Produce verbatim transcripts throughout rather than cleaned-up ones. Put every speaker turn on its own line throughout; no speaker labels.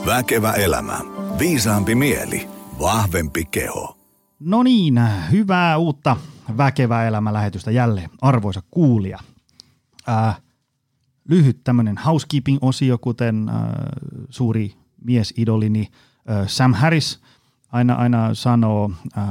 Väkevä elämä. Viisaampi mieli. Vahvempi keho.
No niin, hyvää uutta Väkevä elämä-lähetystä jälleen, arvoisa kuulija. Äh, lyhyt tämmöinen housekeeping-osio, kuten äh, suuri miesidolini äh, Sam Harris aina, aina sanoo. Äh,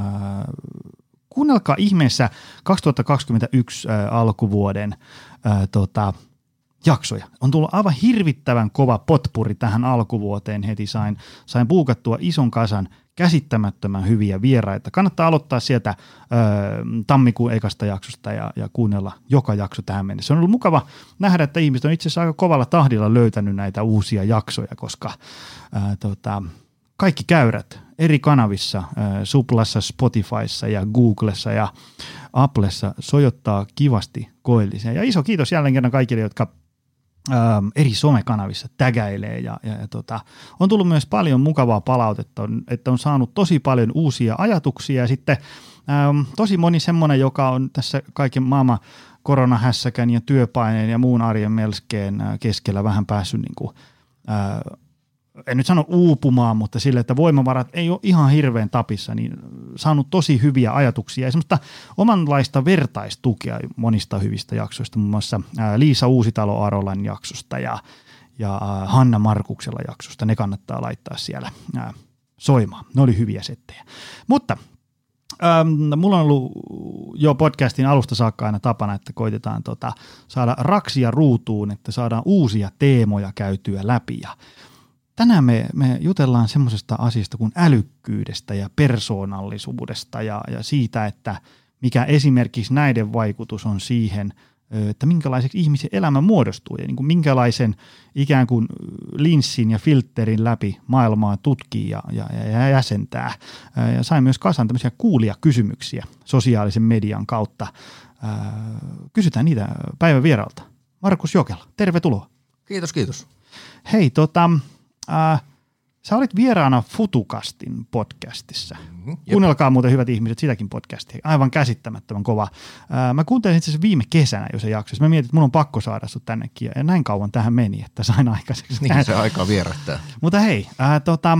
kuunnelkaa ihmeessä kaksituhattakaksikymmentäyksi äh, alkuvuoden äh, tota, jaksoja. On tullut aivan hirvittävän kova potpuri tähän alkuvuoteen heti. Sain, sain buukattua ison kasan käsittämättömän hyviä vieraita. Kannattaa aloittaa sieltä ö, tammikuun ekasta jaksosta ja, ja kuunnella joka jakso tähän mennessä. On ollut mukava nähdä, että ihmiset on itse asiassa aika kovalla tahdilla löytänyt näitä uusia jaksoja, koska ö, tota, kaikki käyrät eri kanavissa, ö, Suplassa, Spotifyssa ja Googlessa ja Applessa sojottaa kivasti koilliseen. Ja iso kiitos jälleen kerran kaikille, jotka Ähm, eri somekanavissa tägäilee ja, ja, ja tota, on tullut myös paljon mukavaa palautetta, että on saanut tosi paljon uusia ajatuksia ja sitten ähm, tosi moni semmoinen, joka on tässä kaiken maailman koronahässäkän ja työpaineen ja muun arjen melskeen äh, keskellä vähän päässyt niin kuin, äh, en nyt sano uupumaan, mutta sille, että voimavarat ei ole ihan hirveän tapissa, niin saanut tosi hyviä ajatuksia ja semmoista omanlaista vertaistukea monista hyvistä jaksoista, muun muassa Liisa Uusitalo-Arolan jaksosta ja, ja Hanna Markuksella jaksosta. Ne kannattaa laittaa siellä soimaan. Ne oli hyviä settejä. Mutta ähm, mulla on ollut jo podcastin alusta saakka aina tapana, että koitetaan tota, saada raksia ruutuun, että saadaan uusia teemoja käytyä läpi ja tänään me, me jutellaan semmoisesta asiasta kuin älykkyydestä ja persoonallisuudesta ja, ja siitä, että mikä esimerkiksi näiden vaikutus on siihen, että minkälaiseksi ihmisen elämä muodostuu ja niin kuin minkälaisen ikään kuin linssin ja filterin läpi maailmaa tutkii ja, ja, ja jäsentää. Ja sain myös kasan tämmöisiä kuulijakysymyksiä sosiaalisen median kautta. Kysytään niitä päivän vieralta. Markus Jokela, tervetuloa.
Kiitos, kiitos.
Hei, tota... Äh, sä olit vieraana Futukastin podcastissa. Mm-hmm, Kuunnelkaa muuten hyvät ihmiset sitäkin podcastia. Aivan käsittämättömän kova. Äh, mä kuuntelin itse asiassa viime kesänä jo se jakso. Mä mietin, että mun on pakko saada sut tännekin. Ja näin kauan tähän meni, että sain aikaiseksi.
Niin tähän. Se aikaa vierähtää.
Mutta hei, äh, tota,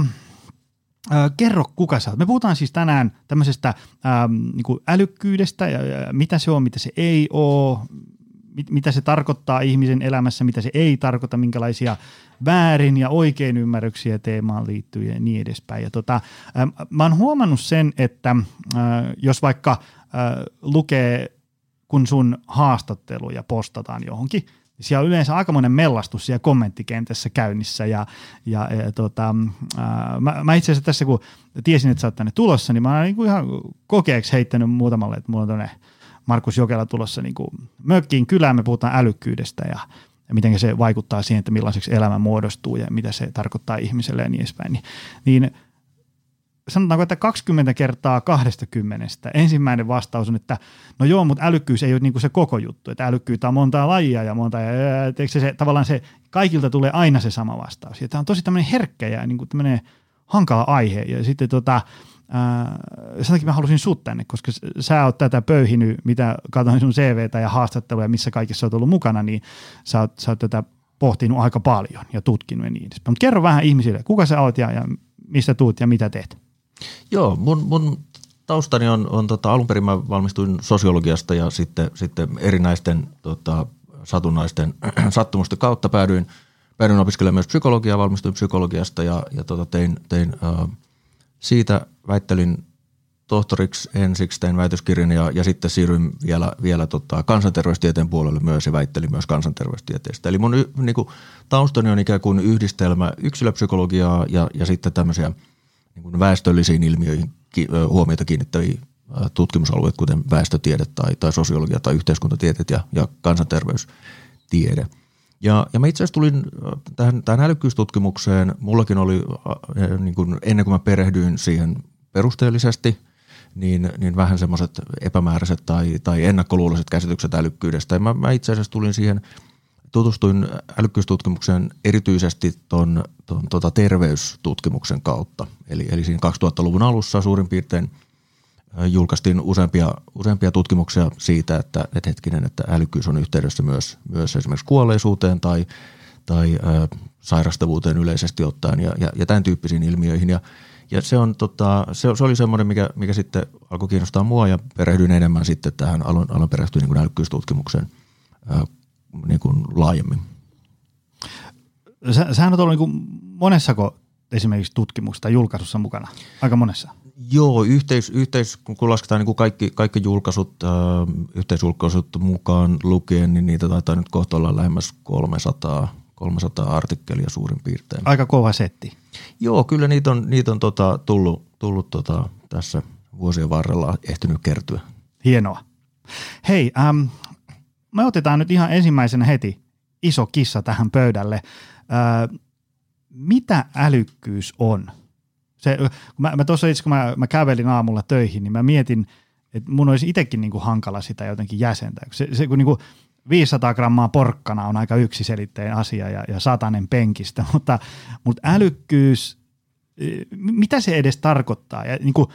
äh, kerro kuka sä oot. Me puhutaan siis tänään tämmöisestä äh, niin älykkyydestä ja, ja mitä se on, mitä se ei ole. Mitä se tarkoittaa ihmisen elämässä, mitä se ei tarkoita, minkälaisia väärin ja oikein ymmärryksiä teemaan liittyy ja niin edespäin. Ja tota, äh, mä oon huomannut sen, että äh, jos vaikka äh, lukee, kun sun haastatteluja postataan johonkin, niin siellä on yleensä aikamoinen mellastus siellä kommenttikentässä käynnissä. Ja, ja, ja tota, äh, mä, mä itse asiassa tässä, kun tiesin, että sä oot tänne tulossa, niin mä oon niin kuin ihan kokeeksi heittänyt muutamalle, että mulla on tonne Markus Jokela tulossa niin kuin mökkiin kylään, me puhutaan älykkyydestä ja, ja miten se vaikuttaa siihen, että millaiseksi elämä muodostuu ja mitä se tarkoittaa ihmiselle ja niin edespäin. Niin, niin sanotaanko, että kaksikymmentä kertaa kaksikymmentä ensimmäinen vastaus on, että no joo, mutta älykkyys ei ole niin kuin se koko juttu, että älykkyyttä on montaa lajia ja monta, ja se, se, tavallaan se, kaikilta tulee aina se sama vastaus. Ja tämä on tosi tämmöinen herkkä ja niin kuin tämmöinen hankala aihe ja sitten tota, Äh, sen takia mä halusin sut tänne, koska sä oot tätä pöyhinyt, mitä katsoin sun C V:tä ja haastatteluja, missä kaikissa oot ollut mukana, niin sä oot, sä oot tätä pohtinut aika paljon ja tutkinut ja niin edespäin. Mutta kerro vähän ihmisille, kuka sä oot ja, ja mistä tuut ja mitä teet?
Joo, mun, mun taustani on, on tota, alun perin mä valmistuin sosiologiasta ja sitten, sitten erinäisten tota, satunnaisten sattumusten kautta päädyin, päädyin opiskelemaan myös psykologiaa, valmistuin psykologiasta ja, ja tota, tein, tein äh, siitä väittelin tohtoriksi ensiksi, tein väitöskirjan ja, ja sitten siirryin vielä, vielä tota kansanterveystieteen puolelle myös ja väittelin myös kansanterveystieteestä. Eli mun y, niinku, taustani on ikään kuin yhdistelmä yksilöpsykologiaa ja, ja sitten tämmöisiä niin kuin väestöllisiin ilmiöihin ki, huomiota kiinnittäviä tutkimusalueita, kuten väestötiede tai, tai sosiologia tai yhteiskuntatieteet ja, ja kansanterveystiede. Ja, ja mä itse asiassa tulin tähän, tähän älykkyystutkimukseen, mullakin oli niin kuin ennen kuin mä perehdyin siihen perusteellisesti, niin, niin vähän semmoiset epämääräiset tai, tai ennakkoluuloiset käsitykset älykkyydestä. Ja mä, mä itse asiassa tulin siihen, tutustuin älykkyystutkimukseen erityisesti ton, ton tota terveystutkimuksen kautta. Eli, eli siinä kaksituhattaluvun alussa suurin piirtein julkaistiin useampia, useampia tutkimuksia siitä, että, että hetkinen, että älykkyys on yhteydessä myös, myös esimerkiksi kuolleisuuteen tai, tai ää, sairastavuuteen yleisesti ottaen ja, ja, ja tämän tyyppisiin ilmiöihin. Ja, ja se, on, tota, se, se oli semmoinen, mikä, mikä sitten alkoi kiinnostaa mua ja perehdyin enemmän sitten tähän, aloin, aloin perehtyä niin kuin älykkyystutkimukseen ää, niin kuin laajemmin.
Sä, sähän on ollut niin kuin monessako esimerkiksi tutkimuksessa tai julkaisussa mukana? Aika monessa.
Joo, yhteis, yhteis, kun lasketaan niin kuin kaikki, kaikki julkaisut, äh, yhteisjulkaisut mukaan lukien, niin niitä taitaa nyt kohta olla lähemmäs kolmesataa, kolmesataa artikkelia suurin piirtein.
Aika kova setti.
Joo, kyllä niitä on, niitä on tota, tullut, tullut tota, tässä vuosien varrella ehtinyt kertyä.
Hienoa. Hei, ähm, me otetaan nyt ihan ensimmäisenä heti iso kissa tähän pöydälle. Äh, mitä älykkyys on? Se, mä, mä tuossa itse, kun mä, mä kävelin aamulla töihin, niin mä mietin, että mun olisi itsekin niin kuin hankala sitä jotenkin jäsentää. Se, se kun niin kuin viisisataa grammaa porkkana on aika yksiselitteinen asia ja, ja satanen penkistä, mutta, mutta älykkyys, mitä se edes tarkoittaa? Ja niin kuin,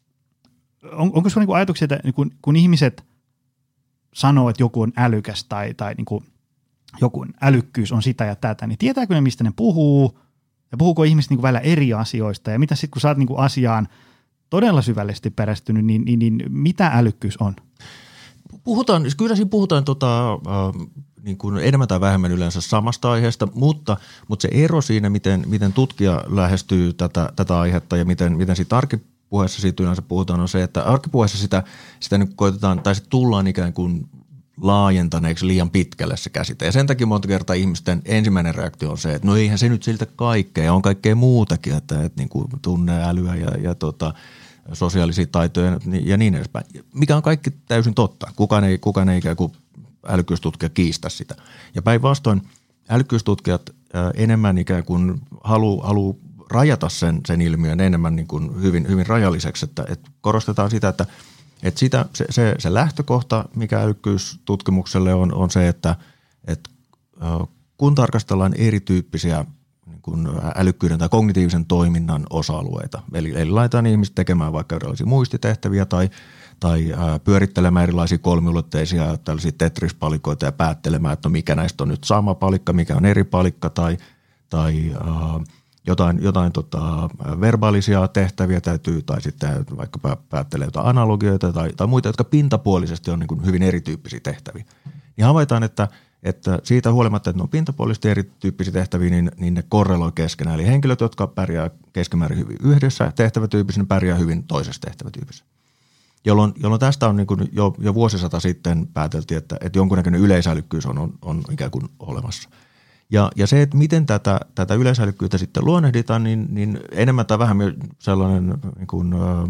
on, onko sulla niin kuin ajatuksia, että niin kuin, kun ihmiset sanoo, että joku on älykäs tai, tai niin kuin joku älykkyys on sitä ja tätä, niin tietääkö ne, mistä ne puhuu? Ja puhuuko ihmiset niin välillä eri asioista? Ja mitä sitten, kun sä oot niin asiaan todella syvällisesti perästynyt, niin, niin, niin mitä älykkyys on?
Puhutaan, kyllä siinä puhutaan tota, äh, niin kuin enemmän tai vähemmän yleensä samasta aiheesta, mutta, mutta se ero siinä, miten, miten tutkija lähestyy tätä, tätä aihetta ja miten, miten siitä arkipuheessa siitä yleensä puhutaan, on se, että arkipuheessa sitä, sitä nyt koitetaan, tai se tullaan ikään kuin laajentaneeksi liian pitkälle se käsite. Ja sen takia monta kertaa ihmisten ensimmäinen reaktio on se, että no eihän se nyt siltä kaikkea, on kaikkea muutakin, että, että niin kuin tunneälyä ja, ja tota, sosiaalisia taitoja ja niin edespäin. Mikä on kaikki täysin totta. Kukaan ei, kukaan ei ikään kuin älykkyystutkija kiistä sitä. Ja päinvastoin älykkyystutkijat ää, enemmän ikään kuin haluaa halu rajata sen, sen ilmiön enemmän niin kuin hyvin, hyvin rajalliseksi, että, että korostetaan sitä, että Että sitä, se, se, se lähtökohta, mikä älykkyystutkimukselle on, on se, että, että kun tarkastellaan erityyppisiä niin kuin älykkyyden tai kognitiivisen toiminnan osa-alueita, eli, eli laitetaan ihmiset tekemään vaikka erilaisia muistitehtäviä tai, tai pyörittelemään erilaisia kolmiulotteisia tällaisia Tetris-palikoita ja päättelemään, että no mikä näistä on nyt sama palikka, mikä on eri palikka tai, tai äh, Jotain, jotain tota, verbaalisia tehtäviä täytyy, tai sitten vaikka päättelee jotain analogioita tai, tai muita, jotka pintapuolisesti on niin kuin hyvin erityyppisiä tehtäviä. Niin havaitaan, että, että siitä huolimatta, että ne on pintapuolisesti erityyppisiä tehtäviä, niin, niin ne korreloi keskenään. Eli henkilöt, jotka pärjää keskimäärin hyvin yhdessä tehtävätyypissä, ne pärjää hyvin toisessa tehtävätyypissä. Jolloin, jolloin tästä on niin kuin jo, jo vuosisata sitten pääteltiin, että, että jonkunnäköinen yleisälykkyys on, on, on ikään kuin olemassa. Ja, ja se, että miten tätä, tätä yleisälykkyyttä sitten luonnehditaan, niin, niin enemmän tai vähemmän sellainen niin kuin, ä,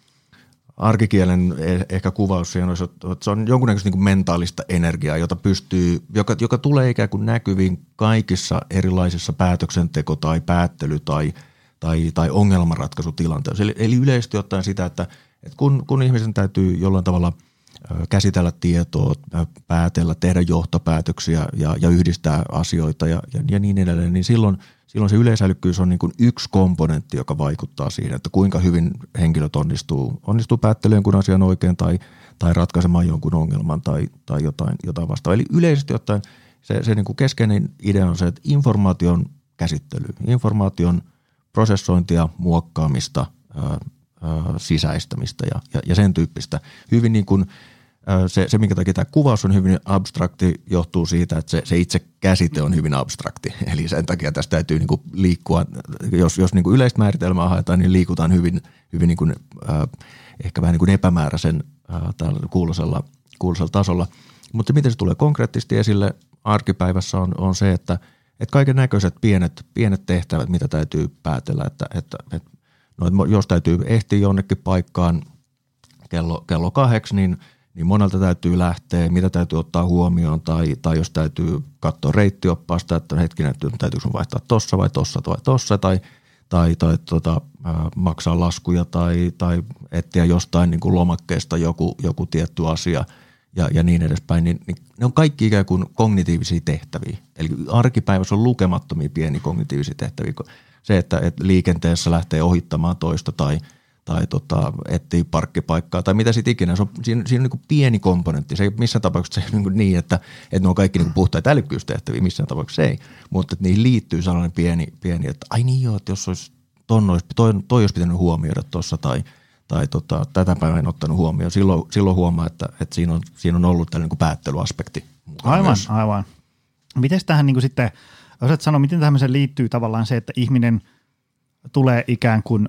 arkikielen ehkä kuvaus siihen olisi, että se on jonkunnäköistä niin kuin mentaalista energiaa, jota pystyy, joka, joka tulee ikään kuin näkyviin kaikissa erilaisissa päätöksenteko- tai päättely- tai, tai, tai ongelmanratkaisutilanteissa. Eli, eli yleisesti ottaen sitä, että, että kun, kun ihmisen täytyy jollain tavalla käsitellä tietoa, päätellä, tehdä johtopäätöksiä ja, ja yhdistää asioita ja, ja, ja niin edelleen, niin silloin, silloin se yleisälykkyys on niin kuin yksi komponentti, joka vaikuttaa siihen, että kuinka hyvin henkilöt onnistuu, onnistuu päättelemään jonkun asian oikein tai, tai ratkaisemaan jonkun ongelman tai, tai jotain, jotain vastaavaa. Eli yleisesti ottaen se, se niin kuin keskeinen idea on se, että informaation käsittely, informaation prosessointia, muokkaamista, ää, ää, sisäistämistä ja, ja, ja sen tyyppistä. Hyvin niin kuin Se, se, minkä takia tämä kuvaus on hyvin abstrakti, johtuu siitä, että se, se itse käsite on hyvin abstrakti. Eli sen takia tästä täytyy niin kuin liikkua, jos, jos niin kuin yleistä määritelmää haetaan, niin liikutaan hyvin, hyvin niin kuin, äh, ehkä vähän niin kuin epämääräisen äh, kuuluisella, kuuluisella tasolla. Mutta miten se tulee konkreettisesti esille arkipäivässä on, on se, että, että kaiken näköiset pienet, pienet tehtävät, mitä täytyy päätellä, että, että, että no, jos täytyy ehtiä jonnekin paikkaan kello, kello kahdeksi, niin niin monelta täytyy lähteä, mitä täytyy ottaa huomioon, tai, tai jos täytyy katsoa reittioppaasta, että hetkinen, täytyykö sun vaihtaa tossa vai tossa vai tossa, tai, tai, tai tota, ää, maksaa laskuja, tai, tai etsiä jostain niin kuin lomakkeesta joku, joku tietty asia, ja, ja niin edespäin, niin, niin ne on kaikki ikään kuin kognitiivisia tehtäviä. Eli arkipäivässä on lukemattomia pieniä kognitiivisia tehtäviä. Se, että, että liikenteessä lähtee ohittamaan toista, tai tai tota, etsii parkkipaikkaa tai mitä sitten ikinä. Se on, siinä, siinä on niin pieni komponentti. Se ei missään tapauksessa se ei niin, niin että, että ne on kaikki niin puhtaita älykkyystehtäviä, missään tapauksessa ei. Mutta että niihin liittyy sellainen pieni, pieni että ai niin joo, että jos olisi ton olisi, toi, toi olisi pitänyt huomioida tuossa tai, tai tota, tätä päivää en ottanut huomioon. Silloin, silloin huomaa, että, että siinä, on, siinä on ollut tällainen niin päättelyaspekti.
Aivan,
myös.
aivan. Miten tähän niin sitten, osaat sanoa, miten tähän liittyy tavallaan se, että ihminen tulee ikään kuin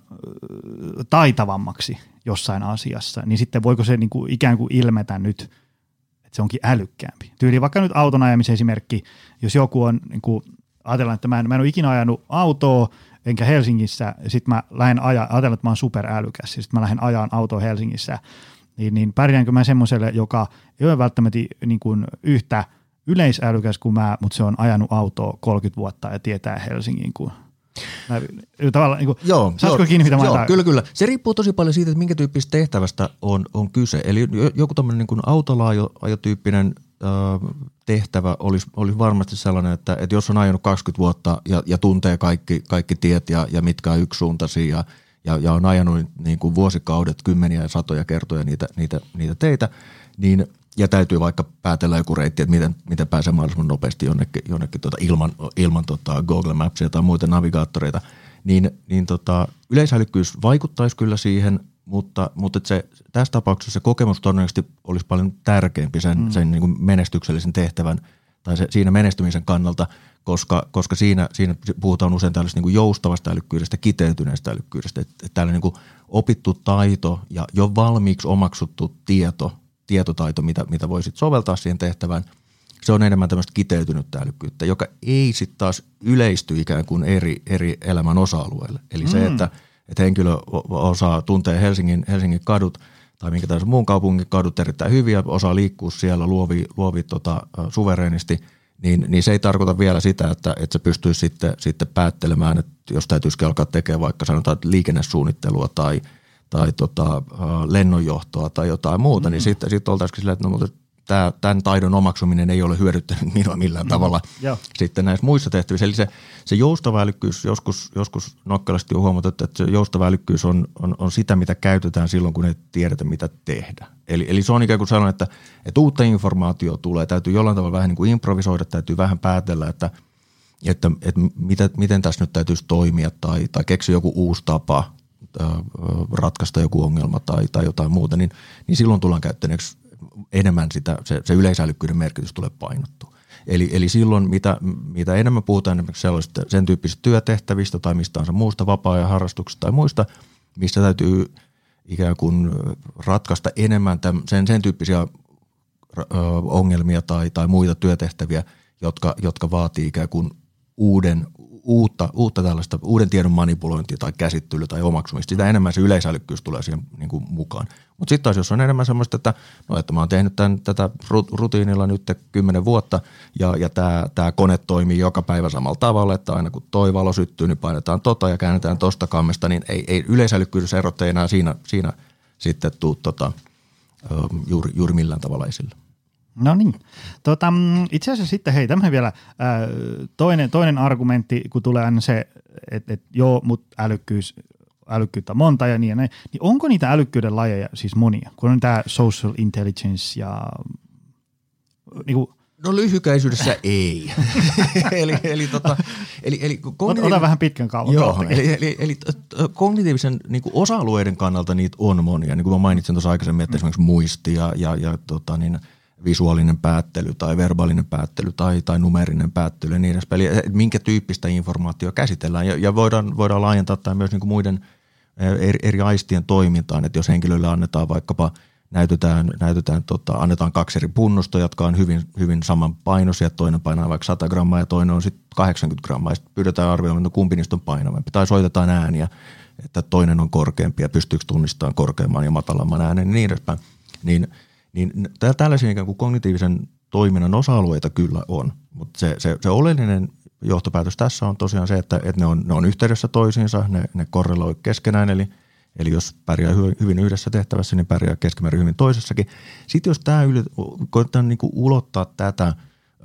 taitavammaksi jossain asiassa, niin sitten voiko se niin kuin ikään kuin ilmetä nyt, että se onkin älykkäämpi. Tyyli vaikka nyt auton ajamisen esimerkki, jos joku on, niin kuin, ajatellaan, että mä en, mä en ole ikinä ajanut autoa, enkä Helsingissä, ja sitten mä lähden ajaa, ajatellaan, että mä oon superälykäs, ja sitten mä lähden ajaan autoa Helsingissä, niin, niin pärjäänkö mä semmoiselle, joka ei ole välttämättä niin kuin yhtä yleisälykäs kuin mä, mutta se on ajanut autoa kolmekymmentä vuotta ja tietää Helsingin kuin Mä, tavallaan, niin kuin,
joo,
saatko
joo,
kiinni, mitä mä
joo,
ajan?
kyllä, kyllä. Se riippuu tosi paljon siitä, että minkä tyyppisestä tehtävästä on, on kyse. Eli joku tämmöinen niin kuin autolaajotyyppinen äh, tehtävä olisi, olisi varmasti sellainen, että, että jos on ajanut kaksikymmentä vuotta ja, ja tuntee kaikki, kaikki tiet ja, ja mitkä on yksisuuntaisia ja, ja, ja on ajanut niin kuin vuosikaudet kymmeniä ja satoja kertoja niitä, niitä, niitä teitä, niin ja täytyy vaikka päätellä joku reitti, että miten, miten pääsee mahdollisimman nopeasti jonnekin, jonnekin tuota ilman, ilman tota Google Mapsia tai muita navigaattoreita, niin, niin tota, yleisälykkyys vaikuttaisi kyllä siihen, mutta, mutta se, tässä tapauksessa se kokemus todennäköisesti olisi paljon tärkeämpi sen, mm. sen niin kuin menestyksellisen tehtävän tai se, siinä menestymisen kannalta, koska, koska siinä, siinä puhutaan usein tällaisesta niin kuin joustavasta älykkyydestä, kiteytyneestä älykkyydestä, että, että tällainen niin kuin opittu taito ja jo valmiiksi omaksuttu tieto, tietotaito, mitä, mitä voisit soveltaa siihen tehtävään, se on enemmän tämmöistä kiteytynyttä älykkyyttä, joka ei sitten taas yleisty ikään kuin eri, eri elämän osa-alueille. Eli mm. se, että, että henkilö osaa tuntee Helsingin, Helsingin kadut tai minkä tahansa muun kaupungin kadut erittäin hyvin ja osaa liikkua siellä luovi, luovi tota, suvereenisti, niin, niin se ei tarkoita vielä sitä, että, että se pystyisi sitten, sitten päättelemään, että jos täytyisikin alkaa tekemään vaikka sanotaan liikennesuunnittelua tai tai tota, lennonjohtoa tai jotain muuta, mm-hmm. niin sitten sit oltaisikin silleen, että no, mutta tämä, tämän taidon omaksuminen ei ole hyödyttänyt minua millään mm-hmm. tavalla yeah. sitten näissä muissa tehtävissä. Eli se, se joustava älykkyys, joskus, joskus nokkelasti on huomattu, että se joustava älykkyys on, on, on sitä, mitä käytetään silloin, kun ei tiedetä, mitä tehdä. Eli, eli se on ikään kuin sellainen, että, että uutta informaatiota tulee, täytyy jollain tavalla vähän niin kuin improvisoida, täytyy vähän päätellä, että, että, että mitä, miten tässä nyt täytyisi toimia tai, tai keksiä joku uusi tapa ratkaista joku ongelma tai, tai jotain muuta, niin, niin silloin tullaan käyttäneeksi enemmän sitä, se, se yleisälykkyyden merkitys tulee painottua. Eli, eli silloin, mitä, mitä enemmän puhutaan esimerkiksi sellaisista sen tyyppisistä työtehtävistä tai mistä muusta vapaa-ajan harrastuksista tai muista, mistä täytyy ikään kuin ratkaista enemmän tämän, sen, sen tyyppisiä ö, ongelmia tai, tai muita työtehtäviä, jotka, jotka vaatii ikään kuin uuden Uutta, uutta tällaista, uuden tiedon manipulointia tai käsittelyä tai omaksumista, sitä enemmän se yleisälykkyys tulee siihen niin kuin mukaan. Mutta sitten taas, jos on enemmän semmoista, että, no, että mä oon tehnyt tämän, tätä rutiinilla nyt kymmenen vuotta ja, ja tämä, tämä kone toimii joka päivä samalla tavalla, että aina kun toi valo syttyy, niin painetaan tota ja käännetään tosta kammesta, niin ei, ei yleisälykkyys ei enää siinä, siinä sitten tule tota, juuri, juuri millään tavalla esille.
No niin. Tota, itse asiassa sitten hei, tämmöinen vielä ää, toinen, toinen argumentti, kun tulee aina se, että et, joo, mutta älykkyys, älykkyyttä on monta ja niin ja näin, niin onko niitä älykkyyden lajeja siis monia? Kun on tämä social intelligence ja niin kuin,
no lyhykäisyydessä ei. eli, eli, tota, eli, eli kognitiiv...
Ota vähän pitkän kauan.
Joo, eli, eli, eli kognitiivisen niin kuin osa-alueiden kannalta niitä on monia. Niin kuin mä mainitsin tuossa aikaisemmin, että esimerkiksi muisti ja, ja, ja tota, niin, visuaalinen päättely tai verbaalinen päättely tai, tai numerinen päättely ja niin edespäin. Eli minkä tyyppistä informaatiota käsitellään ja, ja voidaan, voidaan laajentaa tämä myös niin kuin muiden eri, eri aistien toimintaan, että jos henkilölle annetaan vaikkapa, näytetään, näytetään tota, annetaan kaksi eri punnusta, jotka on hyvin, hyvin samanpainoisia, toinen painaa vaikka sata grammaa ja toinen on sitten kahdeksankymmentä grammaa, ja sitten pyydetään arvioimaan, että kumpi niistä on painavampi, tai soitetaan ääniä, että toinen on korkeampi ja pystyykö tunnistamaan korkeamman ja matalamman äänen ja niin edespäin, niin Niin tällaisia ikään kuin kognitiivisen toiminnan osa-alueita kyllä on, mutta se, se, se oleellinen johtopäätös tässä on tosiaan se, että, että ne, on, ne on yhteydessä toisiinsa, ne, ne korreloi keskenään, eli, eli jos pärjää hyvin yhdessä tehtävässä, niin pärjää keskimäärin hyvin toisessakin. Sitten jos tämä yli, koetaan niin kuin ulottaa tätä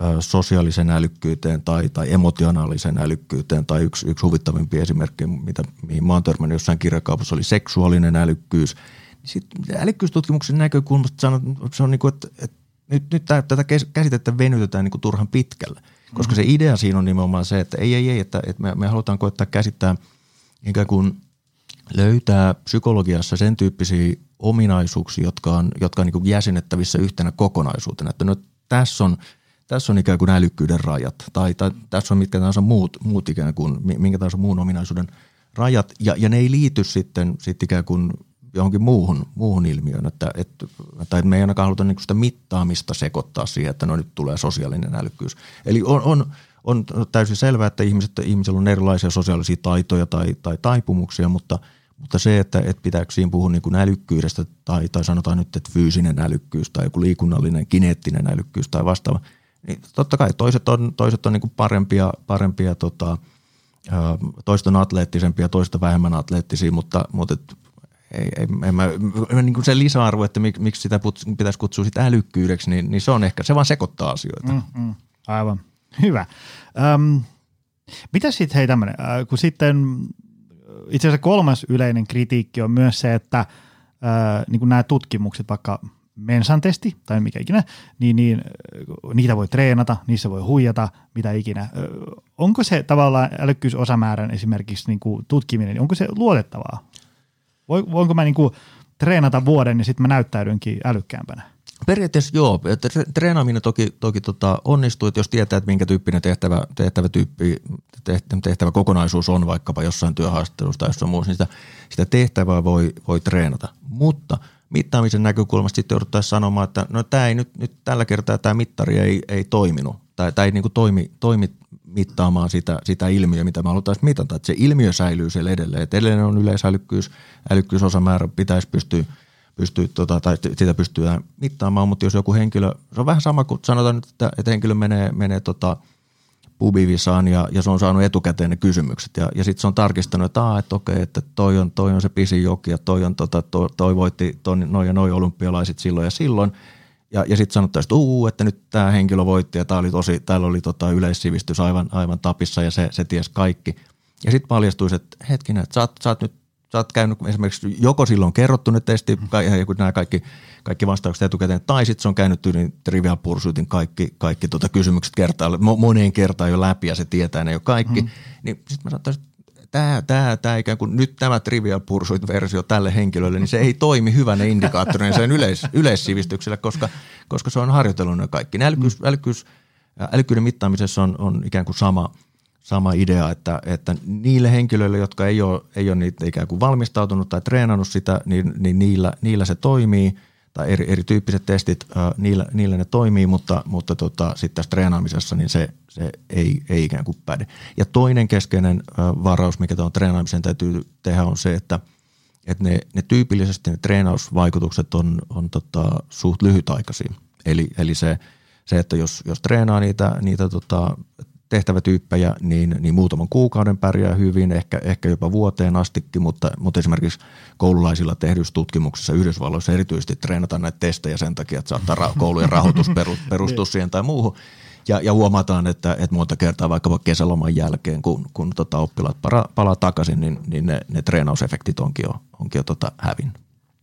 sosiaalisen älykkyyteen tai, tai emotionaalisen älykkyyteen, tai yksi, yksi huvittavimpia esimerkkejä, mitä, mihin mä oon törmännyt jossain kirjakaupassa, oli seksuaalinen älykkyys. Sitten älykkyystutkimuksen näkökulmasta sanon, se on niin kuin, että, että nyt, nyt tätä käsitettä venytetään niin kuin turhan pitkälle, koska se idea siinä on nimenomaan se, että ei, ei, ei, että, että me, me halutaan koettaa käsittää ikään kuin löytää psykologiassa sen tyyppisiä ominaisuuksia, jotka on, jotka on niin kuin jäsennettävissä yhtenä kokonaisuutena, että no, tässä on Tässä on ikään kuin älykkyyden rajat tai, tai tässä on mitkä tahansa muut, muut ikään kuin, minkä tahansa muun ominaisuuden rajat ja, ja ne ei liity sitten sit ikään kuin johonkin muuhun, muuhun ilmiöön, että, että, että me ei ainakaan haluta niin kuin sitä mittaamista sekoittaa siihen, että no nyt tulee sosiaalinen älykkyys. Eli on, on, on täysin selvää, että ihmiset, ihmisillä on erilaisia sosiaalisia taitoja tai, tai taipumuksia, mutta, mutta se, että, että pitääkö siinä puhua niin kuin älykkyydestä tai, tai sanotaan nyt, että fyysinen älykkyys tai joku liikunnallinen, kineettinen älykkyys tai vastaava, niin totta kai toiset on, toiset on niin kuin parempia, parempia tota, toiset on atleettisempia, toiset on vähemmän atleettisia, mutta, mutta et, ei, ei, en mä, niin kuin se lisäarvo, että mik, miksi sitä pitäisi kutsua sitä älykkyydeksi, niin, niin se on ehkä, se vaan sekoittaa asioita.
Mm, mm, aivan. Hyvä. Öm, mitä sitten hei tämmöinen, äh, kun sitten itse asiassa kolmas yleinen kritiikki on myös se, että äh, niin kuin nämä tutkimukset, vaikka Mensan testi tai mikä ikinä, niin, niin niitä voi treenata, niissä voi huijata, mitä ikinä. Onko se tavallaan älykkyysosamäärän esimerkiksi niin kuin tutkiminen, onko se luotettavaa? Voinko mä niin kuin treenata vuoden ja sitten mä näyttäydynkin älykkäämpänä?
Periaatteessa joo. Treenaaminen toki, toki tota onnistuu, että jos tietää, että minkä tyyppinen tehtävä, tehtävä, tyyppi, tehtävä kokonaisuus on vaikkapa jossain työhaastattelussa tai jossain muussa, niin sitä, sitä tehtävää voi, voi treenata. Mutta mittaamisen näkökulmasta sitten jouduttaisiin sanomaan, että no tämä ei nyt, nyt tällä kertaa tämä mittari ei, ei toiminut. Tai tämä ei niin kuin toimi, toimi mittaamaan sitä, sitä ilmiöä, mitä me haluttaisiin mitata. Että se ilmiö säilyy siellä edelleen. Että edelleen on yleisälykkyys, älykkyysosamäärä pitäisi pystyä, pystyä tota, tai sitä pystyä mittaamaan, mutta jos joku henkilö, se on vähän sama kuin sanotaan nyt, että, että henkilö menee, menee tota, pubivisaan ja, ja se on saanut etukäteen ne kysymykset ja, ja sitten se on tarkistanut, että, aa, että okei, että toi on, toi on se pisin joki ja toi, on, tota, toi, toi voitti noin ja noin olympialaiset silloin ja silloin ja, ja sitten sanottaisiin, että uu, että nyt tämä henkilö voitti ja tää oli tosi, täällä oli tota yleissivistys aivan, aivan tapissa ja se, se tiesi kaikki ja sitten paljastuisi, että hetkinen, että sä oot, sä oot nyt sä oot käynyt esimerkiksi joko silloin kerrottu ne testi, nämä kaikki, kaikki vastaukset etukäteen, tai sitten se on käynyt tyyliin Trivial Pursuitin kaikki, kaikki tota kysymykset kertaa, moneen kertaan jo läpi ja se tietää ne jo kaikki. Mm. Niin sitten mä sanottaisin, että tämä, tämä, tämä ikään kuin nyt tämä Trivial Pursuit-versio tälle henkilölle, niin se ei toimi hyvänä indikaattorina sen yleis, yleissivistykselle, koska, koska se on harjoitellut ne kaikki. Ne älykkyys, älykkyys, älykkyyden mittaamisessa on, on ikään kuin sama Sama idea, että, että niille henkilöille, jotka ei ole, ei ole niitä ikään kuin valmistautunut tai treenannut sitä, niin, niin niillä, niillä se toimii, tai eri, erityyppiset testit, äh, niillä, niillä ne toimii, mutta, mutta tota, sitten tässä treenaamisessa niin se, se ei, ei ikään kuin päde. Ja toinen keskeinen äh, varaus, mikä tuon treenaamisen täytyy tehdä, on se, että, että ne, ne tyypillisesti ne treenausvaikutukset on, on tota, suht lyhytaikaisia. Eli, eli se, se, että jos, jos treenaa niitä, niitä tota, tehtävätyyppejä, niin, niin muutaman kuukauden pärjää hyvin, ehkä, ehkä jopa vuoteen astikin, mutta, mutta esimerkiksi koululaisilla tehdyissä tutkimuksissa Yhdysvalloissa erityisesti treenataan näitä testejä sen takia, että saattaa ra- koulujen rahoitus perustua siihen tai muuhun. Ja, ja huomataan, että, että monta kertaa vaikkapa kesäloman jälkeen, kun, kun tota oppilaat para, palaa takaisin, niin, niin ne, ne treenausefektit onkin jo, onkin jo tota hävinnyt.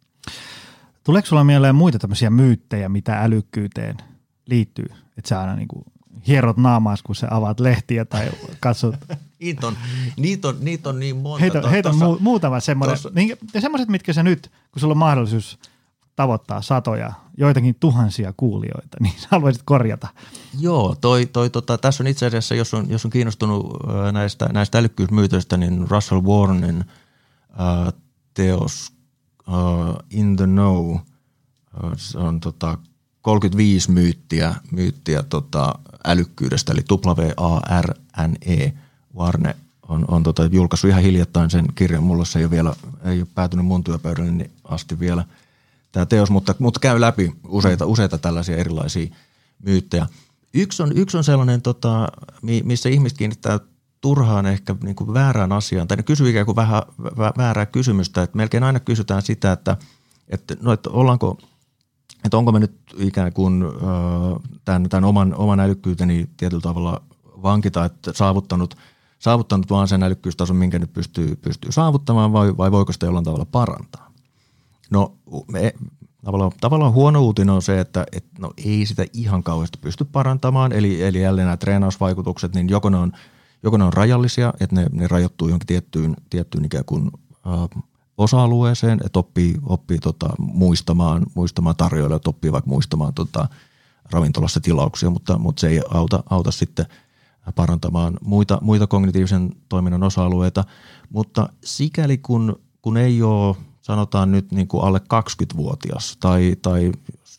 Tuleeko sulla mieleen muita tämmöisiä myyttejä, mitä älykkyyteen liittyy? Että sä aina niin kuin hierot naamaas, kun sä avaat lehtiä tai katsot.
Niitä on, niitä on, niitä on niin monta.
Heitä, heitä tossa, mu- muutama semmoinen. Niin, ja semmoiset, mitkä sä nyt, kun sulla on mahdollisuus tavoittaa satoja, joitakin tuhansia kuulijoita, niin sä haluaisit korjata.
Joo, toi, toi, tota, tässä on itse asiassa, jos on, jos on kiinnostunut näistä, näistä älykkyysmyytöistä, niin Russell Warrenin äh, teos äh, In the Know, äh, se on tota, kolmekymmentäviisi myyttiä, myyttiä tota, älykkyydestä, eli W A R N E. Warne on, on tota, julkaissut ihan hiljattain sen kirjan. Mulla se ei ole vielä, ei ole päätynyt mun työpöydälle asti vielä tämä teos, mutta, mutta käy läpi useita, useita tällaisia erilaisia myyttejä. Yksi on, yksi on sellainen, tota, missä ihmiset kiinnittää turhaan ehkä niin kuin väärään asiaan, tai ne kysyy ikään kuin vähän väärää kysymystä, että melkein aina kysytään sitä, että, että, no, että ollaanko että onko me nyt ikään kuin tämän, tämän oman, oman älykkyyteni tietyllä tavalla vankita, että saavuttanut, saavuttanut vaan sen älykkyystason, minkä nyt pystyy, pystyy saavuttamaan vai, vai voiko sitä jollain tavalla parantaa? No me, tavallaan, tavallaan huono uutinen on se, että et, no, ei sitä ihan kauheasti pysty parantamaan, eli, eli jälleen nämä treenausvaikutukset, niin joko ne on, joko ne on rajallisia, että ne, ne rajoittuu johonkin tiettyyn, tiettyyn ikään kuin äh, osa-alueeseen, että oppii, oppii tota, muistamaan, muistamaan tarjoilla, että oppii vaikka muistamaan tota, ravintolassa tilauksia, mutta, mutta se ei auta, auta sitten parantamaan muita, muita kognitiivisen toiminnan osa-alueita, mutta sikäli kun, kun ei ole, sanotaan nyt niin kuin alle kaksikymmentävuotias tai, tai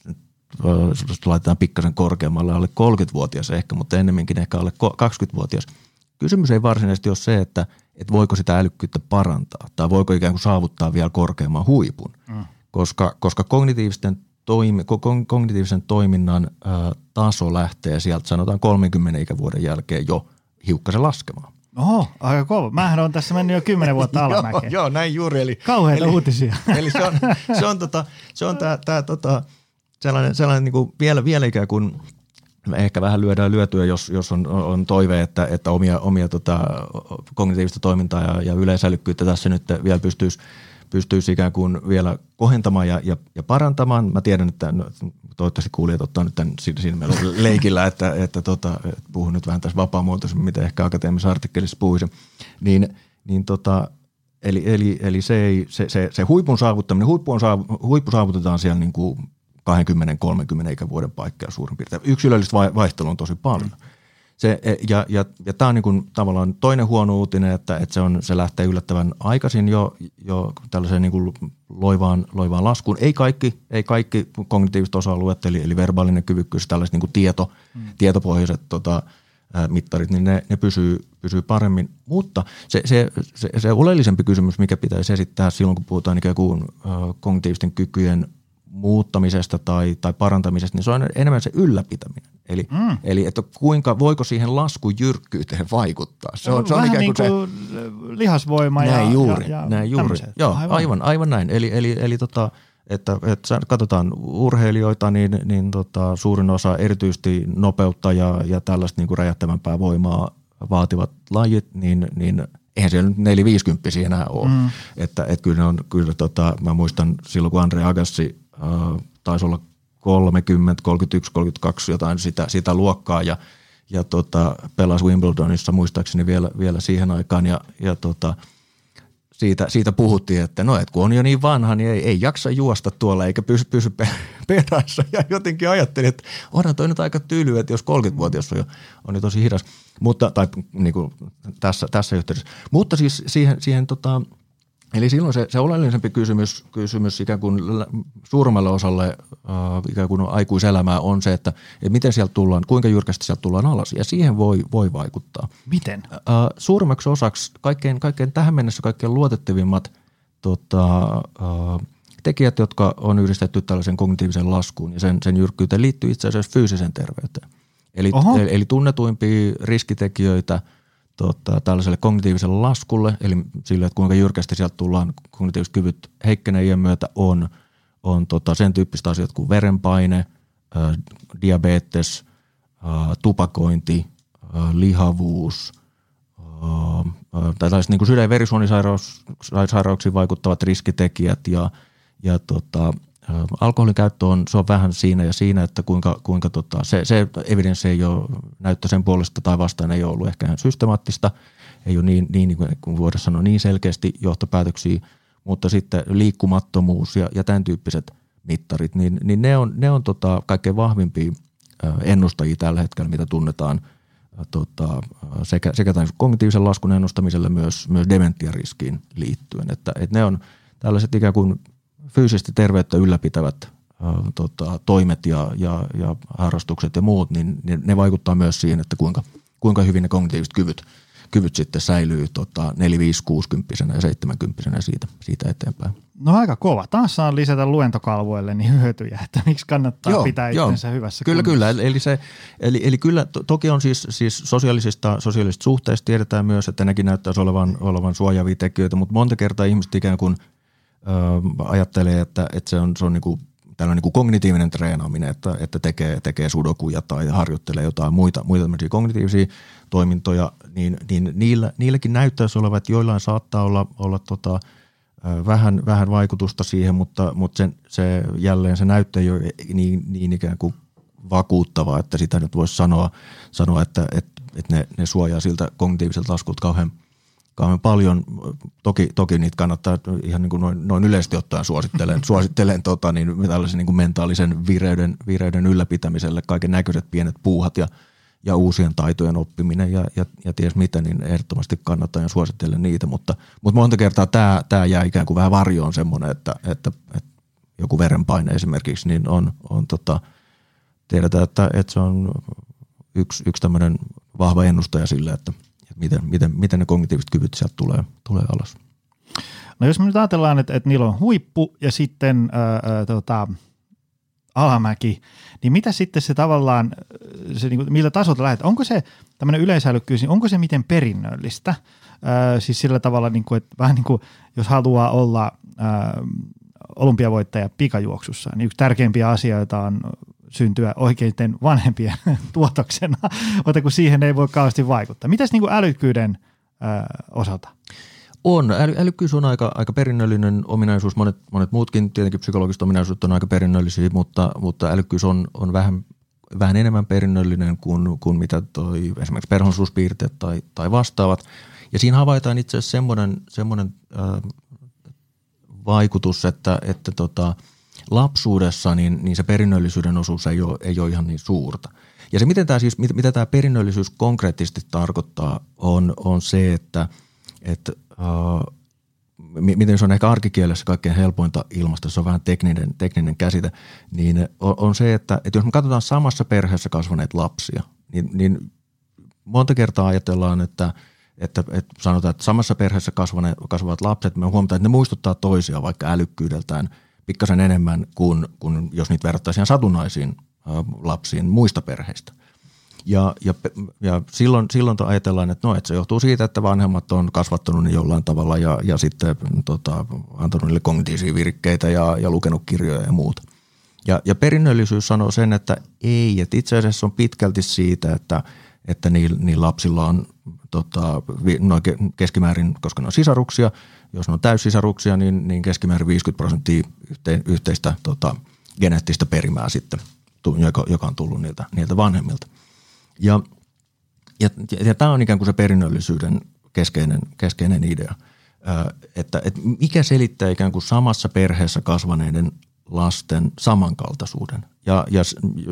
jos laitetaan pikkasen korkeammalle, alle kolmekymmentävuotias ehkä, mutta ennemminkin ehkä alle kaksikymmentävuotias. Kysymys ei varsinaisesti ole se, että, että voiko sitä älykkyyttä parantaa tai voiko ikään kuin saavuttaa vielä korkeamman huipun, mm. koska, koska kognitiivisten toimi, kognitiivisen toiminnan ä, taso lähtee sieltä sanotaan kolmenkymmenen ikävuoden jälkeen jo hiukkasen laskemaan.
Oho, aika kova. Mähän on tässä mennyt jo kymmenen vuotta alamäkeen.
joo, joo, näin juuri. Eli,
kauheita
eli,
uutisia.
Eli se on, se on, tota, se on tää, tää, tota, sellainen, sellainen niin kuin vielä, vielä ikään kuin ehkä vähän lyödään lyötyä, jos, jos on, on toive, että, että omia, omia tota, kognitiivista toimintaa ja, ja yleisälykkyyttä tässä nyt vielä pystyisi, pystyisi ikään kuin vielä kohentamaan ja, ja, ja parantamaan. Mä tiedän, että no, toivottavasti kuulijat ottaa nyt tämän siinä meillä leikillä, että, että, tota, että puhun nyt vähän tässä vapaamuotoisemmin, mitä ehkä akateemisessa artikkelissa puhuisi. Niin, niin tota, eli, eli, eli se, ei, se, se, se huipun saavuttaminen, huippu, on saavu, huippu saavutetaan siellä niin kuin kaksikymmentä kolmekymmentä ikävuoden paikkaa suurin piirtein. Yksilöllistä vaihtelua on tosi paljon. Se, ja ja, ja tämä on niin kuin tavallaan toinen huono uutinen, että, että se, on, se lähtee yllättävän aikaisin jo, jo tällaiseen niin kuin loivaan, loivaan laskuun. Ei kaikki, ei kaikki kognitiiviset osa-alueet, eli, eli verbaalinen kyvykkyys, tällaiset niin kuin tieto, mm. tietopohjaiset tota, ä, mittarit, niin ne, ne pysyy, pysyy paremmin. Mutta se, se, se, se oleellisempi kysymys, mikä pitäisi esittää silloin, kun puhutaan ikään kuin ä, kognitiivisten kykyjen muuttamisesta tai, tai parantamisesta, niin se on enemmän se ylläpitäminen. Eli, mm. eli että kuinka, voiko siihen laskujyrkkyyteen vaikuttaa. Se on, se on
vähän
ikään kuin,
niin kuin se, lihasvoima
näin
ja,
juuri,
ja, ja
näin juuri. Joo, aivan. aivan, aivan näin. Eli, eli, eli tota, että, että katsotaan urheilijoita, niin, niin tota, suurin osa erityisesti nopeutta ja, ja tällaista niin kuin räjähtävämpää voimaa vaativat lajit, niin, niin eihän siellä nyt neliviisikymppisiä enää ole. Mm. Että, että kyllä, on, kyllä tota, mä muistan silloin, kun Andre Agassi äh, taisi olla kolmekymmentä, kolmekymmentäyksi, kolmekymmentäkaksi jotain sitä, sitä luokkaa ja, ja tota, pelasi Wimbledonissa muistaakseni vielä, vielä siihen aikaan ja, ja tota, siitä, siitä puhuttiin, että no, et kun on jo niin vanha, niin ei, ei jaksa juosta tuolla eikä pysy, pysy perässä ja jotenkin ajattelin, että onhan toi nyt aika tyly, että jos kolmekymmentävuotias on jo, on jo tosi hidas, mutta, tai niin kuin tässä, tässä yhteydessä, mutta siis siihen, siihen tota, eli silloin se, se oleellisempi kysymys, kysymys ikään kuin suurimmalle osalle äh, ikään kuin aikuiselämää on se, että, että miten sieltä tullaan, kuinka jyrkästi sieltä tullaan alas ja siihen voi, voi vaikuttaa.
Miten?
Äh, suurimmaksi osaksi kaikkein, kaikkein tähän mennessä kaikkein luotettavimmat tota, äh, tekijät, jotka on yhdistetty tällaisen kognitiivisen laskuun ja sen, sen jyrkkyyteen liittyy itse asiassa fyysiseen terveyteen. Eli, eli, eli tunnetuimpia riskitekijöitä Tota, tällaiselle kognitiiviselle laskulle, eli sille, että kuinka jyrkästi sieltä tullaan, kognitiiviset kyvyt heikkenee iän myötä, on, on tota, sen tyyppistä asiat kuin verenpaine, ä, diabetes, ä, tupakointi, ä, lihavuus, ä, tai tällaiset niin kuin sydän- ja verisuonisairauksiin vaikuttavat riskitekijät ja, ja tota, alkoholin käyttö on, se on vähän siinä ja siinä, että kuinka, kuinka tota, se, se evidenssi ei ole näyttö sen puolesta tai vastaan ei ole ollut ehkä ihan systemaattista, ei ole niin, niin kuin voidaan sanoa niin selkeästi johtopäätöksiä, mutta sitten liikkumattomuus ja, ja tämän tyyppiset mittarit, niin, niin ne on, ne on tota, kaikkein vahvimpia ennustajia tällä hetkellä, mitä tunnetaan tota, sekä, sekä tämän kognitiivisen laskun ennustamiselle myös, myös dementiariskiin liittyen, että, että ne on tällaiset ikään kuin fyysisesti terveyttä ylläpitävät ä, tota, toimet ja, ja, ja harrastukset ja muut, niin, niin ne vaikuttaa myös siihen, että kuinka, kuinka hyvin ne kognitiiviset kyvyt, kyvyt sitten säilyy tota, neljä, viisi, kuusikymppisenä ja seitsemänkymppisenä siitä, siitä eteenpäin.
No aika kova. Taas saa lisätä luentokalvoille niin hyötyjä, että miksi kannattaa
joo,
pitää
joo.
itsensä hyvässä
Kyllä,
kunnossa.
kyllä. Eli, se, eli, eli kyllä to, toki on siis, siis sosiaalisista, sosiaalisista suhteista tiedetään myös, että nekin näyttäisi olevan, olevan suojaavia tekijöitä, mutta monta kertaa ihmiset ikään kuin ajattelee, että, että se on, se on niin kuin tällainen niin kuin kognitiivinen treenaaminen, että, että tekee, tekee sudokuja tai harjoittelee jotain muita, muita tämmöisiä kognitiivisia toimintoja, niin, niin niillä, niilläkin näyttäisi olevan, että joillain saattaa olla, olla tota, vähän, vähän vaikutusta siihen, mutta, mutta sen, se, jälleen se näyttö ei ole niin, niin ikään kuin vakuuttava, että sitä nyt voisi sanoa, sanoa että, että, että ne, ne suojaa siltä kognitiiviselta laskulta kauhean, kauhean paljon. Toki, toki niitä kannattaa ihan niin kuin noin, noin yleisesti ottaen suosittelen, suosittelen tota, niin tällaisen niin kuin mentaalisen vireyden, vireyden ylläpitämiselle kaiken näköiset pienet puuhat ja, ja uusien taitojen oppiminen ja, ja, ja ties mitä, niin ehdottomasti kannattaa ja suosittelen niitä, mutta, mutta monta kertaa tämä, tämä jää ikään kuin vähän varjoon semmoinen, että, että, että joku verenpaine esimerkiksi niin on, on tota, tiedetään, että, että se on yksi, yksi tämmöinen vahva ennustaja sille, että miten, miten, miten ne kognitiiviset kyvyt sieltä tulee, tulee alas.
No jos me nyt ajatellaan, että, että niillä on huippu ja sitten ää, tota, alamäki, niin mitä sitten se tavallaan, se, niin kuin, millä tasolta lähdet? Onko se tämmöinen yleisälykkyys, niin onko se miten perinnöllistä? Ää, siis sillä tavalla, niin kuin, että vähän niin kuin jos haluaa olla ää, olympiavoittaja pikajuoksussa, niin yksi tärkeimpiä asioita on syntyä oikeiden vanhempien tuotoksena, mutta kun siihen ei voi kauheasti vaikuttaa. Mitäs niin kuin älykkyyden ää, osalta?
On. Äly, älykkyys on aika, aika perinnöllinen ominaisuus. Monet, monet muutkin tietenkin psykologiset ominaisuudet on aika perinnöllisiä, mutta, mutta älykkyys on, on vähän, vähän enemmän perinnöllinen kuin, kuin mitä toi esimerkiksi persoonallisuuspiirteet tai, tai vastaavat. Ja siinä havaitaan itse asiassa semmoinen, semmoinen äh, vaikutus, että, että tota, lapsuudessa niin, niin se perinnöllisyyden osuus ei ole, ei ole ihan niin suurta. Ja se, miten tämä, siis, mit, mitä tämä perinnöllisyys konkreettisesti tarkoittaa, on, on se, että, että uh, miten se on ehkä arkikielessä kaikkein helpointa ilmaista, se on vähän tekninen, tekninen käsite, niin on, on se, että, että jos me katsotaan samassa perheessä kasvaneet lapsia, niin, niin monta kertaa ajatellaan, että Että, että sanotaan, että samassa perheessä kasvaneet, kasvavat lapset, me huomataan, että ne muistuttaa toisia vaikka älykkyydeltään pikkasen enemmän kuin, kuin jos niitä verrattaisiin satunnaisiin ä, lapsiin muista perheistä. Ja, ja, ja silloin, silloin ajatellaan, että, no, että se johtuu siitä, että vanhemmat on kasvattanut ne jollain tavalla ja, ja sitten tota, antanut niille kognitiivisia virkkeitä ja, ja lukenut kirjoja ja muuta. Ja, ja perinnöllisyys sanoo sen, että ei, että itse asiassa on pitkälti siitä, että, että niillä, niillä lapsilla on Tota, noin keskimäärin, koska ne on sisaruksia, jos ne on täyssisaruksia, niin, niin keskimäärin viisikymmentä prosenttia yhte, yhteistä tota, geneettistä perimää sitten, joka, joka on tullut niiltä, niiltä vanhemmilta. Ja, ja, ja tämä on ikään kuin se perinnöllisyyden keskeinen, keskeinen idea, Ö, että, että mikä selittää ikään kuin samassa perheessä kasvaneiden lasten samankaltaisuuden. Ja, ja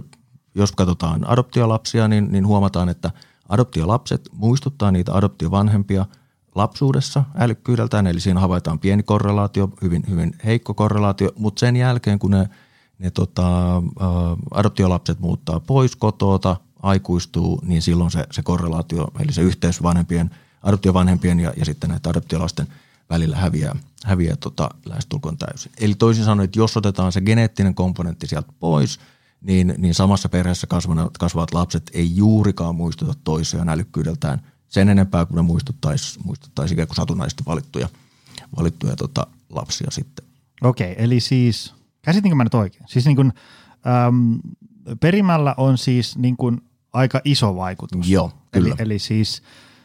jos katsotaan adoptiolapsia, niin, niin huomataan, että adoptiolapset muistuttaa niitä adoptiovanhempia lapsuudessa älykkyydeltään, eli siinä havaitaan pieni korrelaatio, hyvin, hyvin heikko korrelaatio, mutta sen jälkeen kun ne, ne tota, ä, adoptiolapset muuttaa pois kotoota, aikuistuu, niin silloin se, se korrelaatio, eli se yhteys vanhempien, adoptiovanhempien ja, ja sitten näitä adoptiolasten välillä häviää, häviää tota, lähestulkoon täysin. Eli toisin sanoen, että jos otetaan se geneettinen komponentti sieltä pois, Niin, niin samassa perheessä kasvavat, kasvavat lapset ei juurikaan muistuta toisiaan älykkyydeltään sen enempää kuin ne muistuttaisi, muistuttaisi ikään kuin satunnaisesti valittuja, valittuja tota, lapsia sitten.
Okei, eli siis, käsitinkö mä nyt oikein? Siis niin kuin, äm, perimällä on siis niin kuin aika iso vaikutus.
Joo, kyllä.
Eli, eli siis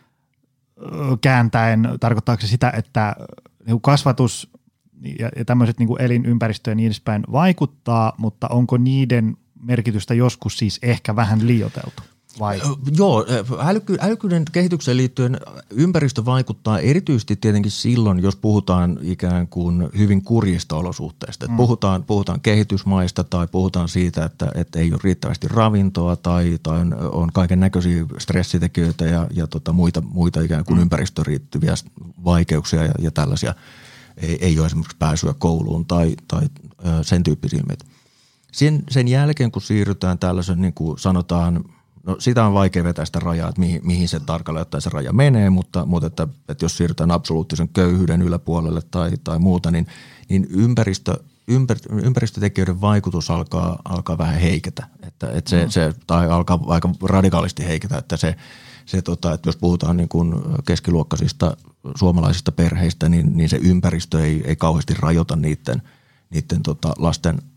kääntäen, tarkoittaako se sitä, että niin kasvatus ja, ja tämmöiset niin kuin elinympäristöön niin edespäin vaikuttaa, mutta onko niiden merkitystä joskus siis ehkä vähän liioiteltu? Vai?
Joo, älykky, älykkyyden kehitykseen liittyen ympäristö vaikuttaa erityisesti tietenkin silloin, jos puhutaan ikään kuin hyvin kurjista olosuhteista. Mm. Puhutaan, puhutaan kehitysmaista tai puhutaan siitä, että, että ei ole riittävästi ravintoa tai, tai on, on kaiken näköisiä stressitekijöitä ja, ja tota muita, muita ikään kuin mm. ympäristöön riittyviä vaikeuksia ja, ja tällaisia. Ei, ei ole esimerkiksi pääsyä kouluun tai, tai sen tyyppisiä ilmeitä. Sen, sen jälkeen, kun siirrytään tällaisen, niin kuin sanotaan, no sitä on vaikea vetää sitä rajaa, että mihin, mihin se tarkalleen ottaen se raja menee, mutta, mutta että, että jos siirrytään absoluuttisen köyhyyden yläpuolelle tai, tai muuta, niin, niin ympäristö, ympär, ympäristötekijöiden vaikutus alkaa, alkaa vähän heiketä. Että, että se, mm. se, tai alkaa aika radikaalisti heiketä, että se, se tota, että jos puhutaan niin kuin keskiluokkaisista suomalaisista perheistä, niin, niin se ympäristö ei, ei kauheasti rajoita niiden, niiden tota lasten,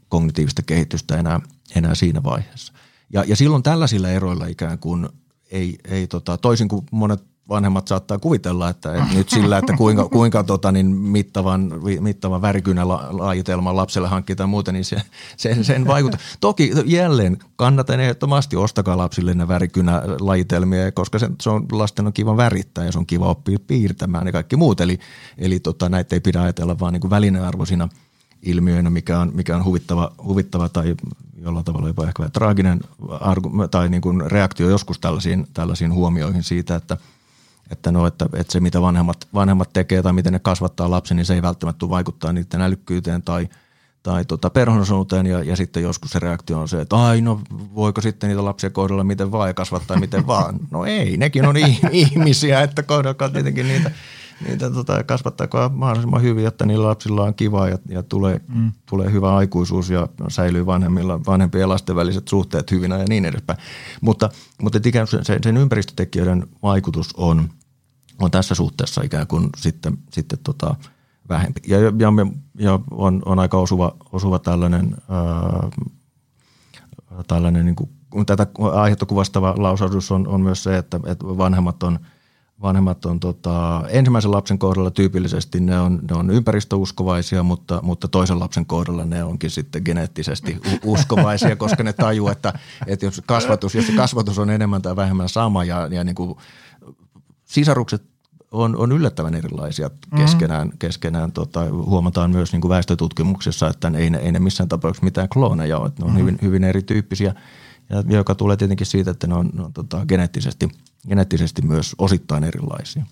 kognitiivista kehitystä enää, enää siinä vaiheessa. Ja, ja silloin tällaisilla eroilla ikään kuin ei, ei tota, toisin kuin monet vanhemmat saattaa kuvitella, että, että nyt sillä, että kuinka, kuinka tota, niin mittavan, mittavan värikynälajitelman lapselle hankkii tai muuta, niin se, se, sen vaikuttaa. Toki jälleen kannatan ehdottomasti, ostakaa lapsille ne värikynälajitelmia, koska se, se on lasten on kiva värittää ja se on kiva oppia piirtämään ja kaikki muut. Eli, eli tota, näitä ei pidä ajatella vaan niin kuin välinearvoisina ilmiöinä, mikä on, mikä on huvittava, huvittava tai jollain tavalla jopa ehkä traaginen argu, tai niin kuin reaktio joskus tällaisiin, tällaisiin huomioihin siitä, että Että, no, että, että se, mitä vanhemmat, vanhemmat tekee tai miten ne kasvattaa lapsen, niin se ei välttämättä tule vaikuttaa niiden älykkyyteen tai, tai tota perhoonosuuteen. Ja, ja sitten joskus se reaktio on se, että ai no voiko sitten niitä lapsia kohdella miten vaan ja kasvattaa miten vaan. No ei, nekin on ihmisiä, että kohdelkaa tietenkin niitä, niitä tota, kasvattakaa mahdollisimman hyvin, jotta niillä lapsilla on kivaa ja, ja tulee, mm. tulee hyvä aikuisuus ja säilyy vanhemmilla, vanhempien ja lasten väliset suhteet hyvinä ja niin edespäin. Mutta, mutta ikään kuin sen, sen ympäristötekijöiden vaikutus on, on tässä suhteessa ikään kuin sitten, sitten tota vähempi. Ja, ja, ja on, on aika osuva, osuva tällainen, ää, tällainen niin kuin, tätä aihetta kuvastava lausahdus on, on myös se, että, että vanhemmat on Vanhemmat on tota, ensimmäisen lapsen kohdalla tyypillisesti ne on, ne on ympäristöuskovaisia, mutta, mutta toisen lapsen kohdalla ne onkin sitten geneettisesti uskovaisia, koska ne tajuu, että, että jos, kasvatus, jos se kasvatus on enemmän tai vähemmän sama ja, ja niin kuin sisarukset on, on yllättävän erilaisia keskenään. Mm-hmm. keskenään tota, huomataan myös niin kuin väestötutkimuksessa, että ei ne, ei ne missään tapauksessa mitään klooneja ole, että ne on mm-hmm. hyvin, hyvin erityyppisiä, ja, joka tulee tietenkin siitä, että ne on, ne on tota, geneettisesti geneettisesti myös osittain erilaisia.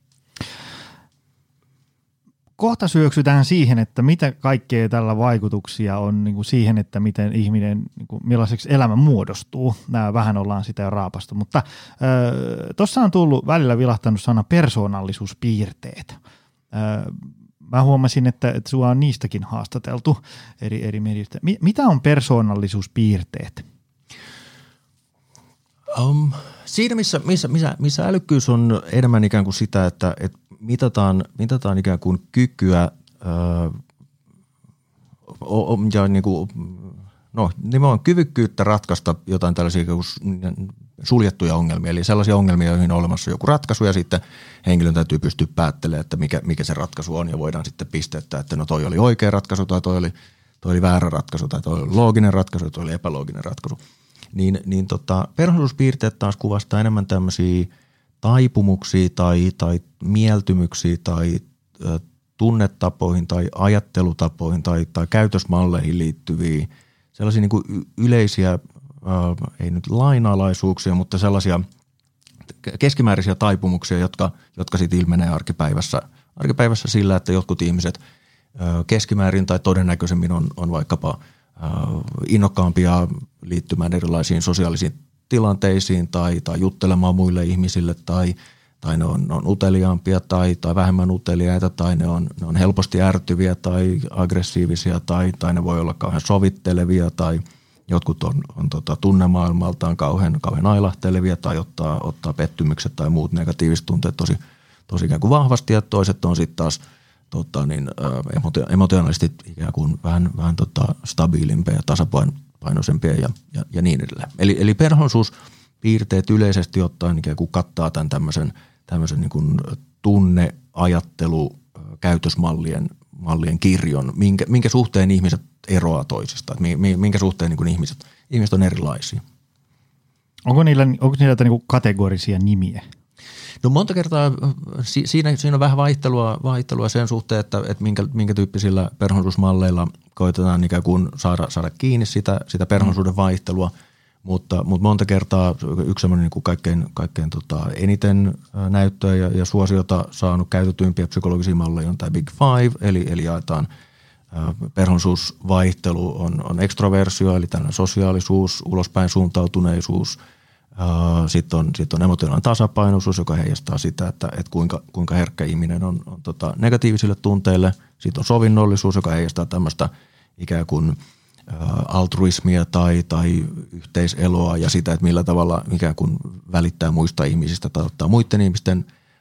Kohta syöksytään siihen, että mitä kaikkea tällä vaikutuksia on niin kuin siihen, että miten ihminen, niin kuin millaiseksi elämä muodostuu. Nämä vähän ollaan sitä jo raapastu, mutta tuossa on tullut välillä vilahtanut sana persoonallisuuspiirteet. Ö, mä huomasin, että, että sua on niistäkin haastateltu eri, eri medioista. Mi, mitä on persoonallisuuspiirteet?
Um, siinä, missä, missä, missä, missä älykkyys on enemmän ikään kuin sitä, että, että mitataan, mitataan ikään kuin kykyä öö, ja niin kuin, no, nimenomaan kyvykkyyttä ratkaista jotain tällaisia ikään kuin suljettuja ongelmia, eli sellaisia ongelmia, joihin on olemassa joku ratkaisu ja sitten henkilön täytyy pystyä päättelemään, että mikä, mikä se ratkaisu on ja voidaan sitten pistettää, että no toi oli oikea ratkaisu tai toi oli, toi oli väärä ratkaisu tai toi oli looginen ratkaisu tai toi oli epälooginen ratkaisu. Niin, niin tota, persoonallisuuspiirteet taas kuvastaa enemmän tämmöisiä taipumuksia tai, tai mieltymyksiä tai ä, tunnetapoihin tai ajattelutapoihin tai, tai käytösmalleihin liittyviä sellaisia niin kuin yleisiä, ä, ei nyt lainalaisuuksia, mutta sellaisia keskimääräisiä taipumuksia, jotka, jotka sitten ilmenee arkipäivässä, arkipäivässä sillä, että jotkut ihmiset ä, keskimäärin tai todennäköisemmin on, on vaikkapa innokkaampia liittymään erilaisiin sosiaalisiin tilanteisiin tai, tai juttelemaan muille ihmisille tai, tai ne on, ne on uteliaampia tai, tai vähemmän uteliaita tai ne on, ne on helposti ärtyviä tai aggressiivisia tai, tai ne voi olla kauhean sovittelevia tai jotkut on, on tota, tunnemaailmaltaan kauhean, kauhean ailahtelevia tai ottaa, ottaa pettymykset tai muut negatiiviset tunteet tosi, tosi ikään kuin vahvasti ja toiset on sitten taas Tota, niin, ä, emotionaalisesti ikään kuin vähän, vähän tota, stabiilimpia ja tasapainoisempia ja, ja, ja niin edelleen. Eli, eli persoonallisuuspiirteet yleisesti ottaen ikään kuin kattaa tämän tämmöisen, tämmöisen niin kuin tunne, ajattelu, käytösmallien mallien kirjon, minkä, minkä suhteen ihmiset eroaa toisistaan, minkä suhteen niin kuin ihmiset, ihmiset on erilaisia.
Onko niillä, onko niillä niin kuin kategorisia nimiä?
No monta kertaa siinä, siinä on vähän vaihtelua, vaihtelua sen suhteen, että, että minkä, minkä tyyppisillä persoonallisuusmalleilla koitetaan ikään kuin saada, saada kiinni sitä, sitä persoonallisuuden vaihtelua, mutta, mutta monta kertaa yksi semmoinen niin kuin kaikkein, kaikkein tota, eniten näyttöä ja, ja suosiota saanut käytetyimpiä psykologisia malleja on tämä Big Five, eli, eli jaetaan persoonallisuusvaihtelu on, on ekstroversio, eli tällainen sosiaalisuus, ulospäin suuntautuneisuus. Sitten on, sit on emotionaalinen tasapainoisuus, joka heijastaa sitä, että, että kuinka, kuinka herkkä ihminen on, on tota negatiivisille tunteille. Sitten on sovinnollisuus, joka heijastaa tämmöistä ikään kuin ä, altruismia tai, tai yhteiseloa ja sitä, että millä tavalla ikään kuin välittää muista ihmisistä tai ottaa muiden ihmisten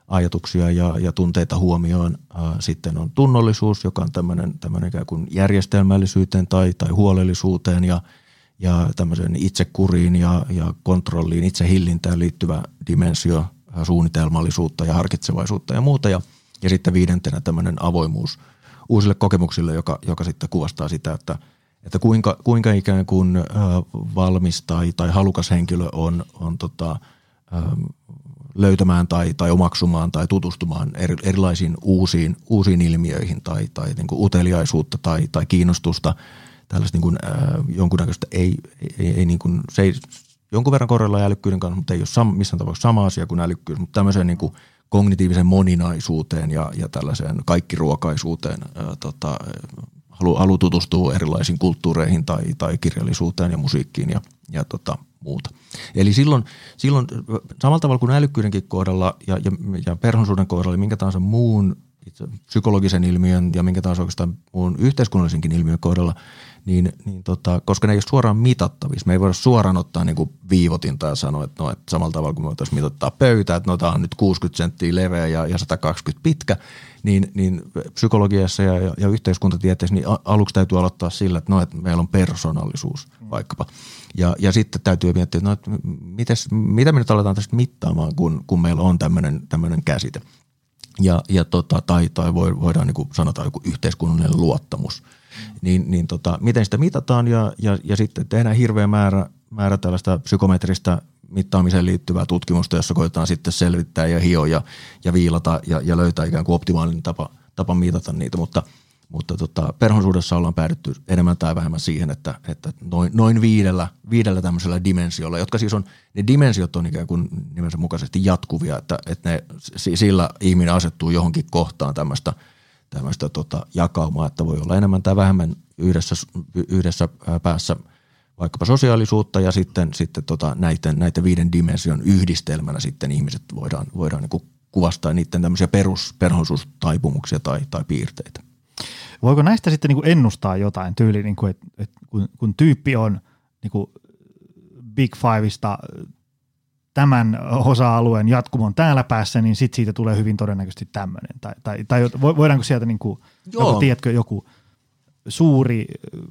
ajatuksia ja, ja tunteita huomioon. Ää, sitten on tunnollisuus, joka on tämmöinen, tämmöinen ikään kuin järjestelmällisyyteen tai, tai huolellisuuteen ja, ja tämmöiseen itsekuriin ja, ja kontrolliin, itsehillintään liittyvä dimensio, suunnitelmallisuutta ja harkitsevaisuutta ja muuta. Ja, ja sitten viidentenä tämmöinen avoimuus uusille kokemuksille, joka, joka sitten kuvastaa sitä, että, että kuinka, kuinka ikään kuin ä, valmis tai, tai halukas henkilö on, on tota, ä, löytämään tai, tai omaksumaan tai tutustumaan eri, erilaisiin uusiin, uusiin ilmiöihin tai, tai niin kuin uteliaisuutta tai, tai kiinnostusta, tällaista niin kuin, ä, jonkunnäköistä, ei, ei, ei niin kuin, se ei jonkun verran korreloi älykkyyden kanssa, mutta ei ole sam, missään tapauksessa sama asia kuin älykkyys, mutta tämmöiseen niin kuin kognitiivisen moninaisuuteen ja, ja tällaiseen kaikkiruokaisuuteen ää, tota, halu, halu tutustua erilaisiin kulttuureihin tai, tai kirjallisuuteen ja musiikkiin ja, ja tota, muuta. Eli silloin, silloin samalla tavalla kuin älykkyydenkin kohdalla ja, ja, ja persoonallisuuden kohdalla, minkä tahansa muun itse psykologisen ilmiön ja minkä tahansa oikeastaan muun yhteiskunnallisenkin ilmiön kohdalla, niin, niin tota, koska ne ei ole suoraan mitattavissa. Me ei voida suoraan ottaa niin kuin viivotinta ja sanoa, että, no, että samalla tavalla kuin me voitaisiin mitottaa pöytää, että no tämä on nyt kuusikymmentä senttiä leveä ja, ja sata kaksikymmentä pitkä, niin, niin psykologiassa ja, ja, ja yhteiskuntatieteessä niin aluksi täytyy aloittaa sillä, että no, että meillä on persoonallisuus vaikkapa. Ja, ja sitten täytyy miettiä, että no, että mites, mitä me nyt aletaan tästä mittaamaan, kun, kun meillä on tämmöinen, tämmöinen käsite. Ja, ja tota, tai, tai voidaan niin kuin sanotaan joku yhteiskunnallinen luottamus. Niin, niin tota, miten sitä mitataan ja, ja, ja sitten tehdään hirveä määrä, määrä tällaista psykometristä mittaamiseen liittyvää tutkimusta, jossa koetaan sitten selvittää ja hioa ja, ja viilata ja, ja löytää ikään kuin optimaalinen tapa, tapa mitata niitä, mutta, mutta tota, persoonallisuudessa ollaan päädytty enemmän tai vähemmän siihen, että, että noin, noin viidellä, viidellä tämmöisellä dimensiolla, jotka siis on, ne dimensiot on ikään kuin nimensä mukaisesti jatkuvia, että, että ne, sillä ihminen asettuu johonkin kohtaan tämmöistä tämmöistä tota, jakaumaa, että voi olla enemmän tai vähemmän yhdessä, yhdessä päässä vaikkapa sosiaalisuutta ja sitten, sitten tota, näiden, näiden viiden dimension yhdistelmänä sitten ihmiset voidaan, voidaan niin kuin kuvastaa niiden tämmöisiä perusperhoisuustaipumuksia tai, tai piirteitä.
Voiko näistä sitten niin kuin ennustaa jotain tyyliin, niin kuin, että, että kun, kun tyyppi on niin kuin Big Fiveista tämän osa-alueen jatkumon täällä päässä, niin sitten siitä tulee hyvin todennäköisesti tämmöinen. Tai, tai, tai voidaanko sieltä, niin kuin, joku, tiedätkö, joku suuri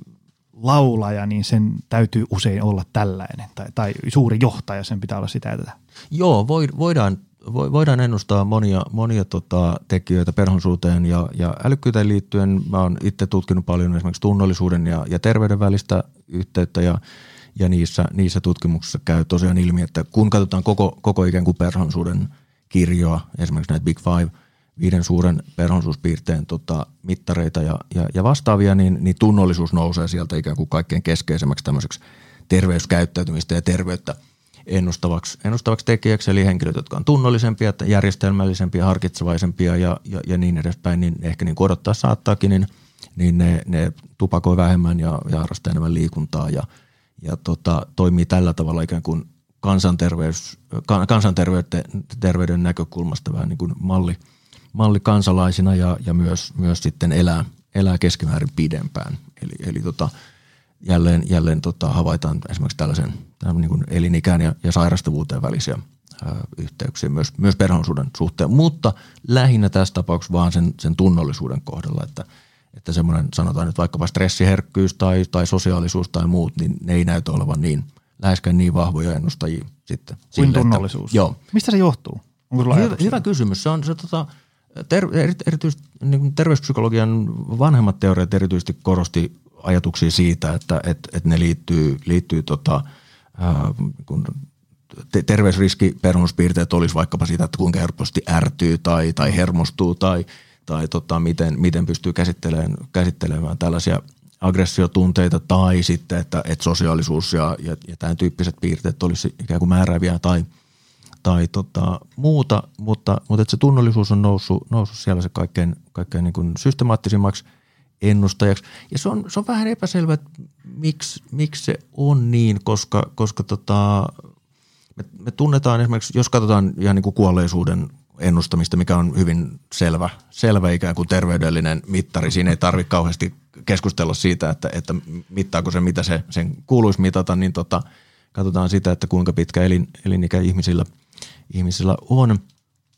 laulaja, niin sen täytyy usein olla tällainen. Tai, tai suuri johtaja, sen pitää olla sitä ja tätä.
Joo, voidaan, voidaan ennustaa monia, monia tota, tekijöitä persoonallisuuteen ja, ja älykkyyteen liittyen. Mä oon itse tutkinut paljon esimerkiksi tunnollisuuden ja, ja terveyden välistä yhteyttä ja Ja niissä, niissä tutkimuksissa käy tosiaan ilmi, että kun katsotaan koko, koko ikään kuin persoonallisuuden kirjoa, esimerkiksi näitä Big Five, viiden suuren persoonallisuuspiirteen tota, mittareita ja, ja, ja vastaavia, niin, niin tunnollisuus nousee sieltä ikään kuin kaikkein keskeisemmäksi tämmöiseksi terveyskäyttäytymistä ja terveyttä ennustavaksi, ennustavaksi tekijäksi. Eli henkilöt, jotka on tunnollisempia, järjestelmällisempiä, harkitsevaisempia ja, ja, ja niin edespäin, niin ehkä niin kuin odottaa saattaakin, niin, niin ne, ne tupakoi vähemmän ja, ja harrastaa enemmän liikuntaa ja ja tota, toimii tällä tavalla ikään kuin kansanterveys, kansanterveyden terveyden näkökulmasta vähän niin kuin malli, malli kansalaisina ja, ja myös, myös sitten elää, elää keskimäärin pidempään. Eli, eli tota, jälleen, jälleen tota, havaitaan esimerkiksi tällaisen niin kuin elinikään ja, ja sairastavuuteen välisiä ää, yhteyksiä myös, myös persoonallisuuden suhteen, mutta lähinnä tässä tapauksessa vaan sen, sen tunnollisuuden kohdalla, että Että semmoinen, sanotaan nyt vaikkapa stressiherkkyys tai, tai sosiaalisuus tai muut, niin ne ei näytä olevan niin, läheskään niin vahvoja ennustajia sitten.
Kuin tunnollisuus.
Että, joo.
Mistä se johtuu?
Hyvä, hyvä kysymys. Se on se tota, ter, erityisesti niin terveyspsykologian vanhemmat teoriat erityisesti korosti ajatuksia siitä, että et, et ne liittyy, liittyy tota, ää, kun te, terveysriskipersoonallisuuspiirteet olisi vaikkapa siitä, että kuinka helposti ärtyy tai, tai hermostuu tai tai tota, miten, miten pystyy käsittelemään, käsittelemään tällaisia aggressiotunteita tai sitten, että, että sosiaalisuus ja, ja, ja tämän tyyppiset piirteet olisi ikään kuin määrääviä tai, tai tota, muuta, mutta, mutta että se tunnollisuus on noussut, noussut siellä se kaikkein, kaikkein niin kuin systemaattisimmaksi ennustajaksi. Ja se on, se on vähän epäselvä, että miksi, miksi se on niin, koska, koska tota, me, me tunnetaan esimerkiksi, jos katsotaan ihan niin kuin kuolleisuuden ennustamista, mikä on hyvin selvä, selvä ikään kuin terveydellinen mittari. Siinä ei tarvitse kauheasti keskustella siitä, että, että mittaako se, mitä se, sen kuuluisi mitata, niin tota, katsotaan sitä, että kuinka pitkä elin, elinikä ihmisillä, ihmisillä on.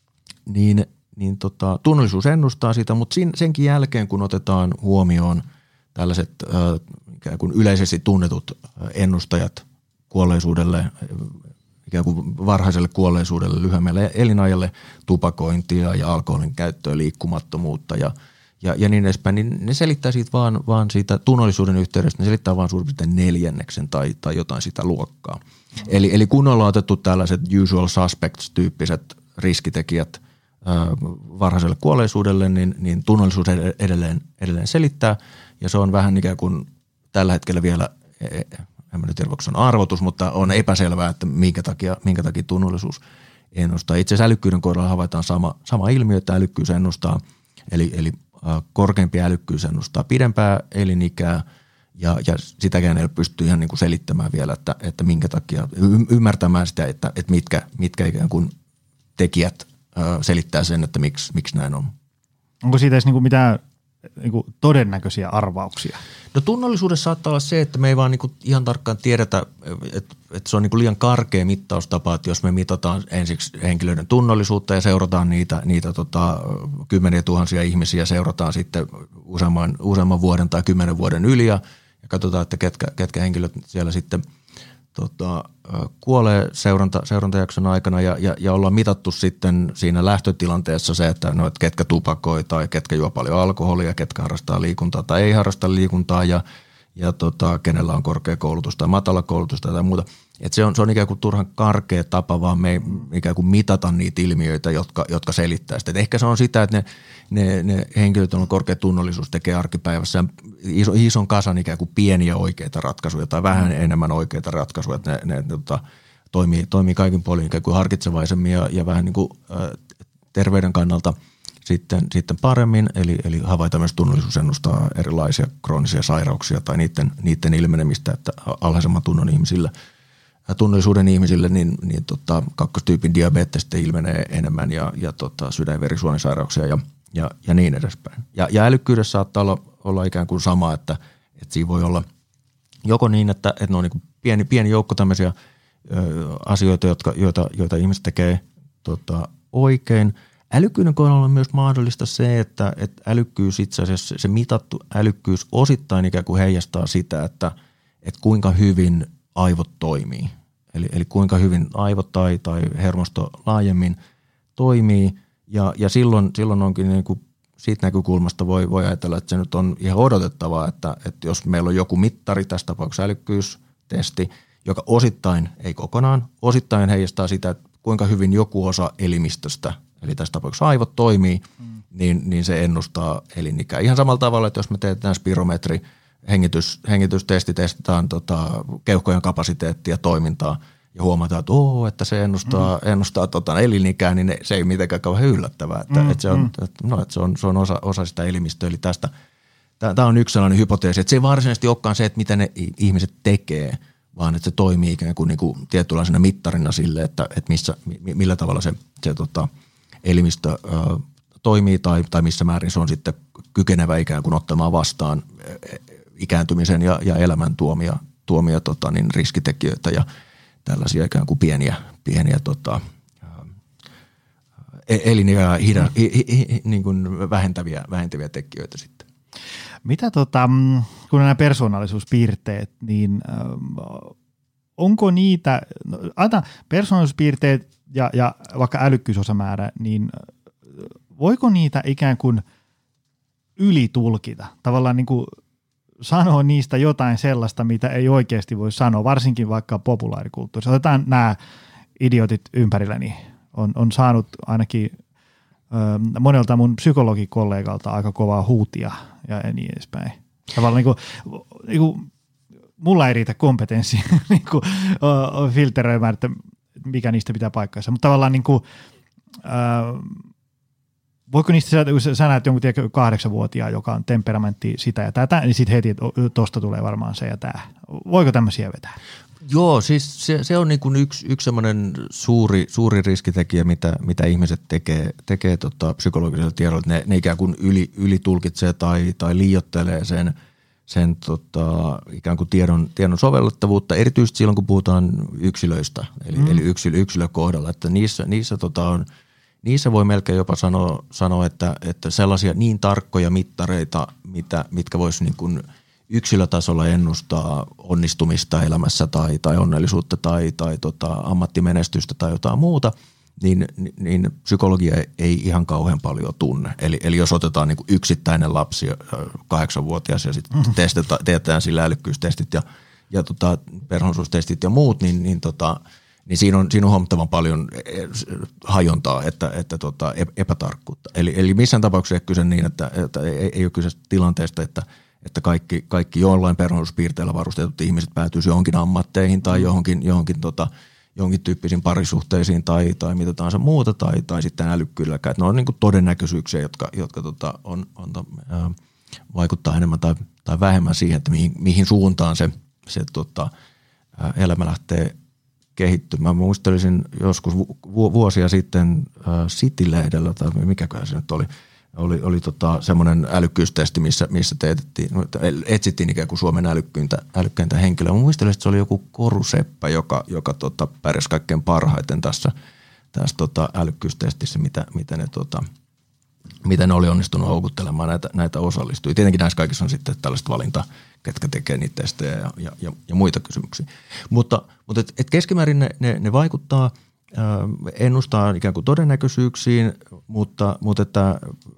niin, niin tota, tunnollisuus ennustaa sitä, mutta senkin jälkeen, kun otetaan huomioon tällaiset äh, ikään kuin yleisesti tunnetut ennustajat kuolleisuudelle, ikään kuin varhaiselle kuolleisuudelle, lyhyemmälle elinajalle, tupakointia ja alkoholin käyttöä, liikkumattomuutta ja, ja, ja niin edespäin, niin ne selittää siitä vaan, vaan siitä tunnollisuuden yhteydestä, ne selittää vaan suurin piirtein neljänneksen tai, tai jotain sitä luokkaa. Mm. Eli, eli kun ollaan otettu tällaiset usual suspects-tyyppiset riskitekijät ää, varhaiselle kuolleisuudelle, niin, niin tunnollisuus edelleen, edelleen selittää, ja se on vähän ikään kuin tällä hetkellä vielä, en mä nyt tiedä, se on arvotus, mutta on epäselvää, että minkä takia, minkä takia tunnollisuus ennustaa. Itse asiassa älykkyyden kohdalla havaitaan sama, sama ilmiö, että älykkyys ennustaa, eli, eli äh, korkeampi älykkyys ennustaa pidempää elinikää, ja, ja sitäkään ei pysty ihan niin kuin selittämään vielä, että, että minkä takia, y- ymmärtämään sitä, että, että mitkä, mitkä ikään kuin tekijät äh, selittää sen, että miksi, miksi näin on.
Onko siitä edes niin kuin mitään niin kuin todennäköisiä arvauksia?
No tunnollisuudessa saattaa olla se, että me ei vaan niinku ihan tarkkaan tiedetä, että, että se on niinku liian karkea mittaustapa, että jos me mitataan ensiksi henkilöiden tunnollisuutta ja seurataan niitä, niitä tota, kymmeniä tuhansia ihmisiä, seurataan sitten useamman, useamman vuoden tai kymmenen vuoden yli ja, ja katsotaan, että ketkä, ketkä henkilöt siellä sitten tota, kuolee seuranta, seurantajakson aikana ja, ja, ja ollaan mitattu sitten siinä lähtötilanteessa se, että, no, että ketkä tupakoi tai ketkä juo paljon alkoholia, ketkä harrastaa liikuntaa tai ei harrasta liikuntaa ja, ja tota, kenellä on korkea koulutus tai matala koulutus tai muuta. Että se on, se on ikään kuin turhan karkea tapa, vaan me ei ikään kuin mitata niitä ilmiöitä, jotka, jotka selittää sitä. Et ehkä se on sitä, että ne, ne, ne henkilöt, joilla on korkea tunnollisuus, tekee arkipäivässä iso, ison kasan ikään kuin pieniä oikeita ratkaisuja tai vähän enemmän oikeita ratkaisuja, että ne, ne, ne tota, toimii, toimii kaikin puolin ikään kuin harkitsevaisemmin ja, ja vähän niin kuin äh, terveyden kannalta sitten, sitten paremmin. Eli, eli havaitaan myös tunnollisuus ennustaa erilaisia kroonisia sairauksia tai niiden, niiden ilmenemistä, että alhaisemman tunnon ihmisillä tunnollisuuden ihmisille, niin, niin tota, kakkostyypin diabetes ilmenee enemmän ja, ja tota, sydän- ja verisuonisairauksia ja, ja, ja niin edespäin. Ja, ja älykkyydessä saattaa olla, olla ikään kuin sama, että, että siinä voi olla joko niin, että, että ne on niin kuin pieni, pieni joukko tämmöisiä ö, asioita, jotka, joita, joita ihmiset tekee tota, oikein. Älykkyyden kohdalla on myös mahdollista se, että, että älykkyys itse asiassa, se mitattu älykkyys osittain ikään kuin heijastaa sitä, että, että kuinka hyvin aivot toimii. Eli, eli kuinka hyvin aivot tai, tai hermosto laajemmin toimii ja, ja silloin, silloin onkin niin kuin siitä näkökulmasta voi, voi ajatella, että se nyt on ihan odotettavaa, että, että jos meillä on joku mittari, tässä tapauksessa älykkyystesti, joka osittain, ei kokonaan, osittain heijastaa sitä, että kuinka hyvin joku osa elimistöstä, eli tässä tapauksessa aivot toimii, mm. niin, niin se ennustaa elinikää. Ihan samalla tavalla, että jos me teetään spirometri, Hengitys, hengitystesti testataan tota, keuhkojen kapasiteettia, toimintaa ja huomataan, että, oo, että se ennustaa, mm. ennustaa tota, elinikää, niin se ei mitenkään kauhean yllättävää. Että, mm, että se on, mm. että, no, että se on, se on osa, osa sitä elimistöä. Eli tästä, tämä on yksi sellainen hypoteesi, että se ei varsinaisesti olekaan se, että mitä ne ihmiset tekee, vaan että se toimii ikään kuin, niin kuin tietynlaisena mittarina sille, että, että missä, millä tavalla se, se tota, elimistö ö, toimii tai, tai missä määrin se on sitten kykenevä ikään kuin ottamaan vastaan ikääntymisen ja, ja elämän tuomia, tuomia tota, niin riskitekijöitä ja tällaisia ikään kuin pieniä, pieniä tota, eliniä hida, hi, hi, hi, niin kuin vähentäviä, vähentäviä tekijöitä sitten.
Mitä tota, kun nämä persoonallisuuspiirteet, niin äh, onko niitä, no, aina persoonallisuuspiirteet ja, ja vaikka älykkyysosamäärä, niin äh, voiko niitä ikään kuin ylitulkita? Tavallaan niin kuin sanoa niistä jotain sellaista, mitä ei oikeasti voi sanoa, varsinkin vaikka populaarikulttuurissa. Otetaan nämä idiotit ympärilläni. On, on saanut ainakin ö, monelta mun psykologikollegalta aika kovaa huutia ja niin edespäin. Tavallaan niin kuin, niin kuin, mulla ei riitä kompetenssi niin kuin, filteröimään, että mikä niistä pitää paikkaansa. Mutta tavallaan niin kuin, ö, voiko niistä, kun sä näet jonkun tiedä, kahdeksanvuotiaan, joka on temperamentti sitä ja tätä, niin sitten heti, että tosta tulee varmaan se ja tämä. Voiko tämmöisiä vetää?
Joo, siis se, se on niin kuin yksi, yksi semmoinen suuri, suuri riskitekijä, mitä, mitä ihmiset tekee, tekee tota psykologisella tiedolla. Ne, ne ikään kuin yli, ylitulkitsee tai, tai liioittelee sen, sen tota, ikään kuin tiedon, tiedon sovellettavuutta, erityisesti silloin, kun puhutaan yksilöistä, eli, mm. eli yksilö, yksilökohdalla, että niissä, niissä tota on niissä voi melkein jopa sanoa, sanoa että, että sellaisia niin tarkkoja mittareita, mitä, mitkä voisi niin kuin yksilötasolla ennustaa onnistumista elämässä tai, tai onnellisuutta tai, tai tota, ammattimenestystä tai jotain muuta, niin, niin psykologia ei ihan kauhean paljon tunne. Eli, eli jos otetaan niin kuin yksittäinen lapsi, kahdeksanvuotias ja sitten mm-hmm. teetään sillä älykkyystestit ja, ja tota, persoonallisuustestit ja muut, niin, niin, tota, niin siinä, on, siinä on huomattavan paljon hajontaa, että, että tota, epätarkkuutta. Eli, eli missään tapauksessa ei kyse niin, että, että ei, ei ole kyse tilanteesta, että että kaikki, kaikki jollain persoonallisuuspiirteillä varustetut ihmiset päätyisi johonkin ammatteihin tai johonkin, johonkin, tota, johonkin tyyppisiin parisuhteisiin tai, tai mitä tahansa muuta tai, tai sitten älykkyylläkään. Että ne on niin kuin todennäköisyyksiä, jotka, jotka tota, on, on, ää, vaikuttaa enemmän tai, tai vähemmän siihen, että mihin, mihin suuntaan se, se tota, ää, elämä lähtee kehittymään. Mä muistelisin joskus vu, vuosia sitten ää, City-lehdellä tai mikäköhän se nyt oli, Oli, oli tota semmoinen älykkyystesti, missä, missä teetettiin, etsittiin ikään kuin Suomen älykkyintä, älykkäintä henkilöä. Mä muistelin, että se oli joku koruseppä, joka, joka tota, pärjäsi kaikkein parhaiten tässä, tässä tota älykkyystestissä, mitä, mitä, ne, tota, mitä ne oli onnistunut houkuttelemaan näitä, näitä osallistujia. Tietenkin näissä kaikissa on sitten tällaista valinta, ketkä tekee niitä testejä ja, ja, ja, ja muita kysymyksiä. Mutta, mutta et, et keskimäärin ne, ne, ne vaikuttaa, äh, ennustaa ikään kuin todennäköisyyksiin, mutta, mutta että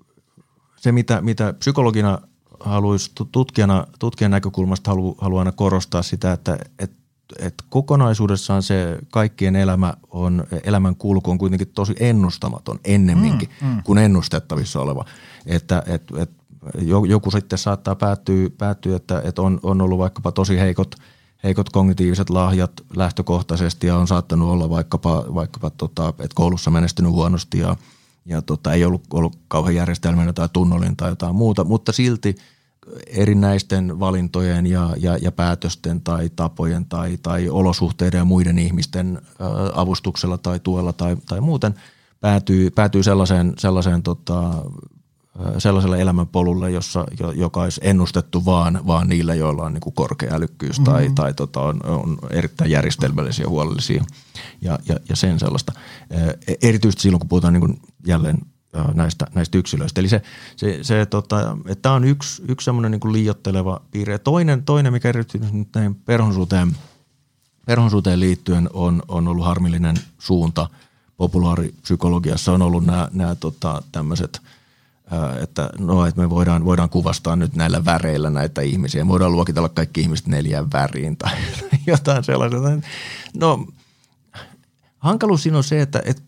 se, mitä, mitä psykologina haluaisi tutkijana, tutkijan näkökulmasta halu, haluaa aina korostaa sitä, että et, et kokonaisuudessaan se kaikkien elämä on, elämän kulku on kuitenkin tosi ennustamaton ennemminkin mm, mm. kuin ennustettavissa oleva. Että et, et joku sitten saattaa päättyä, päättyä että et on, on ollut vaikkapa tosi heikot, heikot kognitiiviset lahjat lähtökohtaisesti ja on saattanut olla vaikkapa, vaikkapa tota, että koulussa menestynyt huonosti ja Ja tota, ei ollut, ollut kauhean järjestelmänä tai tunnollinen tai jotain muuta, mutta silti erinäisten valintojen ja, ja, ja päätösten tai tapojen tai, tai olosuhteiden ja muiden ihmisten ä, avustuksella tai tuella tai, tai muuten päätyy, päätyy sellaiseen, sellaiseen tota, sellaiselle elämänpolulle, jossa, joka olisi ennustettu vaan, vaan niillä, joilla on niin kuin korkea älykkyys tai, mm-hmm. tai tota, on, on erittäin järjestelmällisiä, huolellisia ja, ja, ja sen sellaista. Erityisesti silloin, kun puhutaan niin kuin jälleen näistä, näistä yksilöistä. Eli se, se, se tota, että tämä on yksi, yksi semmoinen niin kuin liioitteleva piirre. Toinen, toinen, mikä erityisesti nyt näihin perhonsuuteen, perhonsuuteen liittyen on, on ollut harmillinen suunta populaaripsykologiassa, on ollut nämä, nämä tota, tämmöiset että no, että me voidaan, voidaan kuvastaa nyt näillä väreillä näitä ihmisiä. Me voidaan luokitella kaikki ihmiset neljään väriin tai jotain sellaista. No, hankaluus siinä on se, että, että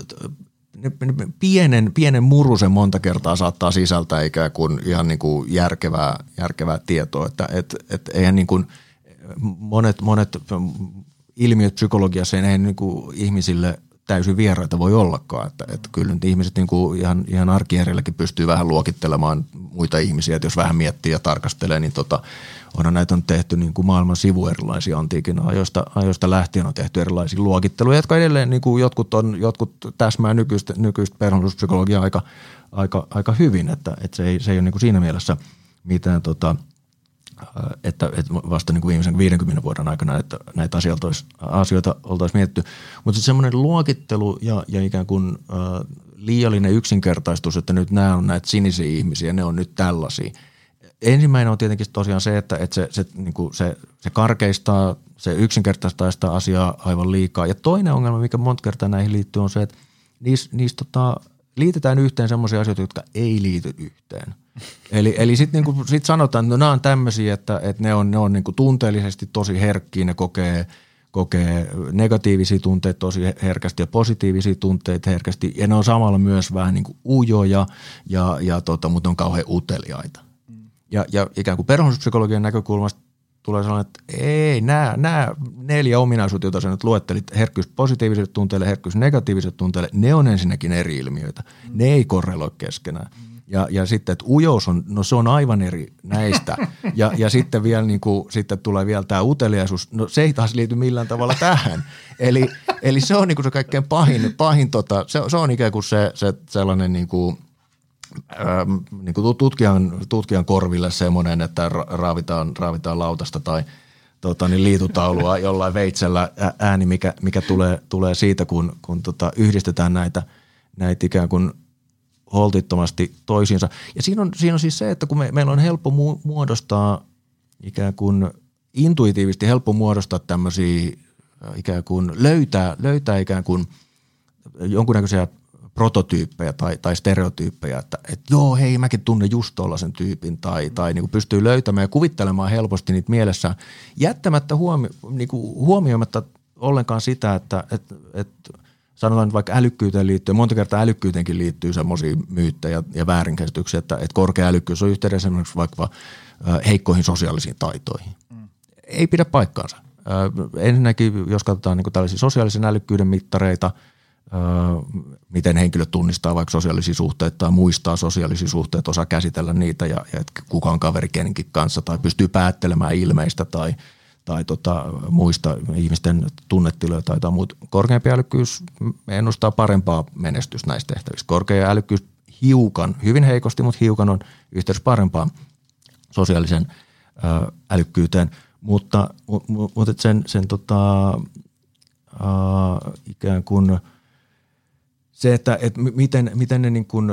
ne, ne pienen, pienen murusen monta kertaa saattaa sisältää ikään kuin ihan niin kuin järkevää, järkevää tietoa. Että et, et eihän niin kuin monet, monet ilmiöt psykologiassa ei niin kuin ihmisille täysin vieraita voi ollakaan, että, että kyllä nyt ihmiset niin kuin ihan, ihan arkijärjelläkin pystyy vähän luokittelemaan muita ihmisiä, että jos vähän miettii ja tarkastelee, niin tota, onhan näitä on tehty niin kuin maailman sivu erilaisia antiikin ajoista, ajoista lähtien on tehty erilaisia luokitteluja, jotka edelleen niin kuin jotkut, on, jotkut täsmää nykyistä, nykyistä persoonallisuuspsykologiaa aika, aika, aika hyvin, että, että se, ei, se ei ole niin kuin siinä mielessä mitään tota, että, että vasta niin kuin viimeisen viidenkymmenen vuoden aikana näitä, näitä asioita, olisi, asioita oltaisiin mietitty. Mutta semmoinen luokittelu ja, ja ikään kuin äh, liiallinen yksinkertaistus, että nyt nämä on näitä sinisiä ihmisiä, ne on nyt tällaisia. Ensimmäinen on tietenkin tosiaan se, että, että se, se, niin kuin se, se karkeistaa, se yksinkertaistaa sitä asiaa aivan liikaa. Ja toinen ongelma, mikä monta kertaa näihin liittyy, on se, että niissä niis, tota, liitetään yhteen semmoisia asioita, jotka ei liity yhteen. Eli, eli sitten niinku, sit sanotaan, että no, nämä on tämmöisiä, että, että ne on, ne on niinku tunteellisesti tosi herkkiä, ne kokee, kokee negatiivisia tunteita tosi herkästi ja positiivisia tunteita herkästi. Ja ne on samalla myös vähän niinku ujoja, ja, ja tota, mutta ne on kauhean uteliaita. Mm. Ja, ja ikään kuin persoonallisuuspsykologian näkökulmasta tulee sellainen, että ei, nämä, nämä neljä ominaisuutta, joita sä nyt luettelit, herkkyys positiivisille tunteille, herkkyys negatiivisille tunteille, ne on ensinnäkin eri ilmiöitä. Mm. Ne ei korreloi keskenään. Mm. Ja, ja sitten, että ujous on, no se on aivan eri näistä. Ja, ja sitten vielä niin kuin, sitten tulee vielä tämä uteliaisuus, no se ei taas liity millään tavalla tähän. Eli, eli se on niin kuin se kaikkein pahin, pahin tota, se, se on ikään kuin se, se sellainen niin kuin, ähm, niin kuin tutkijan, tutkijan korville semmoinen, että raavitaan, raavitaan lautasta tai tota, niin liitutaulua jollain veitsellä ääni, mikä, mikä tulee, tulee siitä, kun, kun tota, yhdistetään näitä näitä ikään kuin holtittomasti toisiinsa. Ja siinä on, siinä on siis se, että kun me, meillä on helppo mu- muodostaa ikään kuin intuitiivisesti helppo muodostaa tämmöisiä ikään kuin löytää, löytää ikään kuin jonkunnäköisiä prototyyppejä tai, tai stereotyyppejä, että et joo, hei, mäkin tunnen just tollaisen tyypin tai, tai niin kuin pystyy löytämään ja kuvittelemaan helposti niitä mielessään, jättämättä huomio, niin kuin huomioimatta ollenkaan sitä, että et, et, sanotaan nyt vaikka älykkyyteen liittyen, monta kertaa älykkyyteenkin liittyy semmoisia myyttejä ja väärinkäsityksiä, että, että korkea älykkyys on yhteydessä esimerkiksi vaikka heikkoihin sosiaalisiin taitoihin. Mm. Ei pidä paikkaansa. Ensinnäkin, jos katsotaan niin kuin tällaisia sosiaalisen älykkyyden mittareita, miten henkilö tunnistaa vaikka sosiaalisia suhteita tai muistaa sosiaalisia suhteita, osaa käsitellä niitä ja, ja kuka on kaveri kenenkin kanssa tai pystyy päättelemään ilmeistä tai, tai tota, muista ihmisten tunnetiloja tai jotain muuta. Korkeampi älykkyys ennustaa parempaa menestystä näissä tehtävissä. Korkea älykkyys hiukan, hyvin heikosti, mutta hiukan on yhteydessä parempaan sosiaalisen ä, älykkyyteen, mutta, mutta sen, sen tota, ä, ikään kuin se, että, että miten, miten ne niin kuin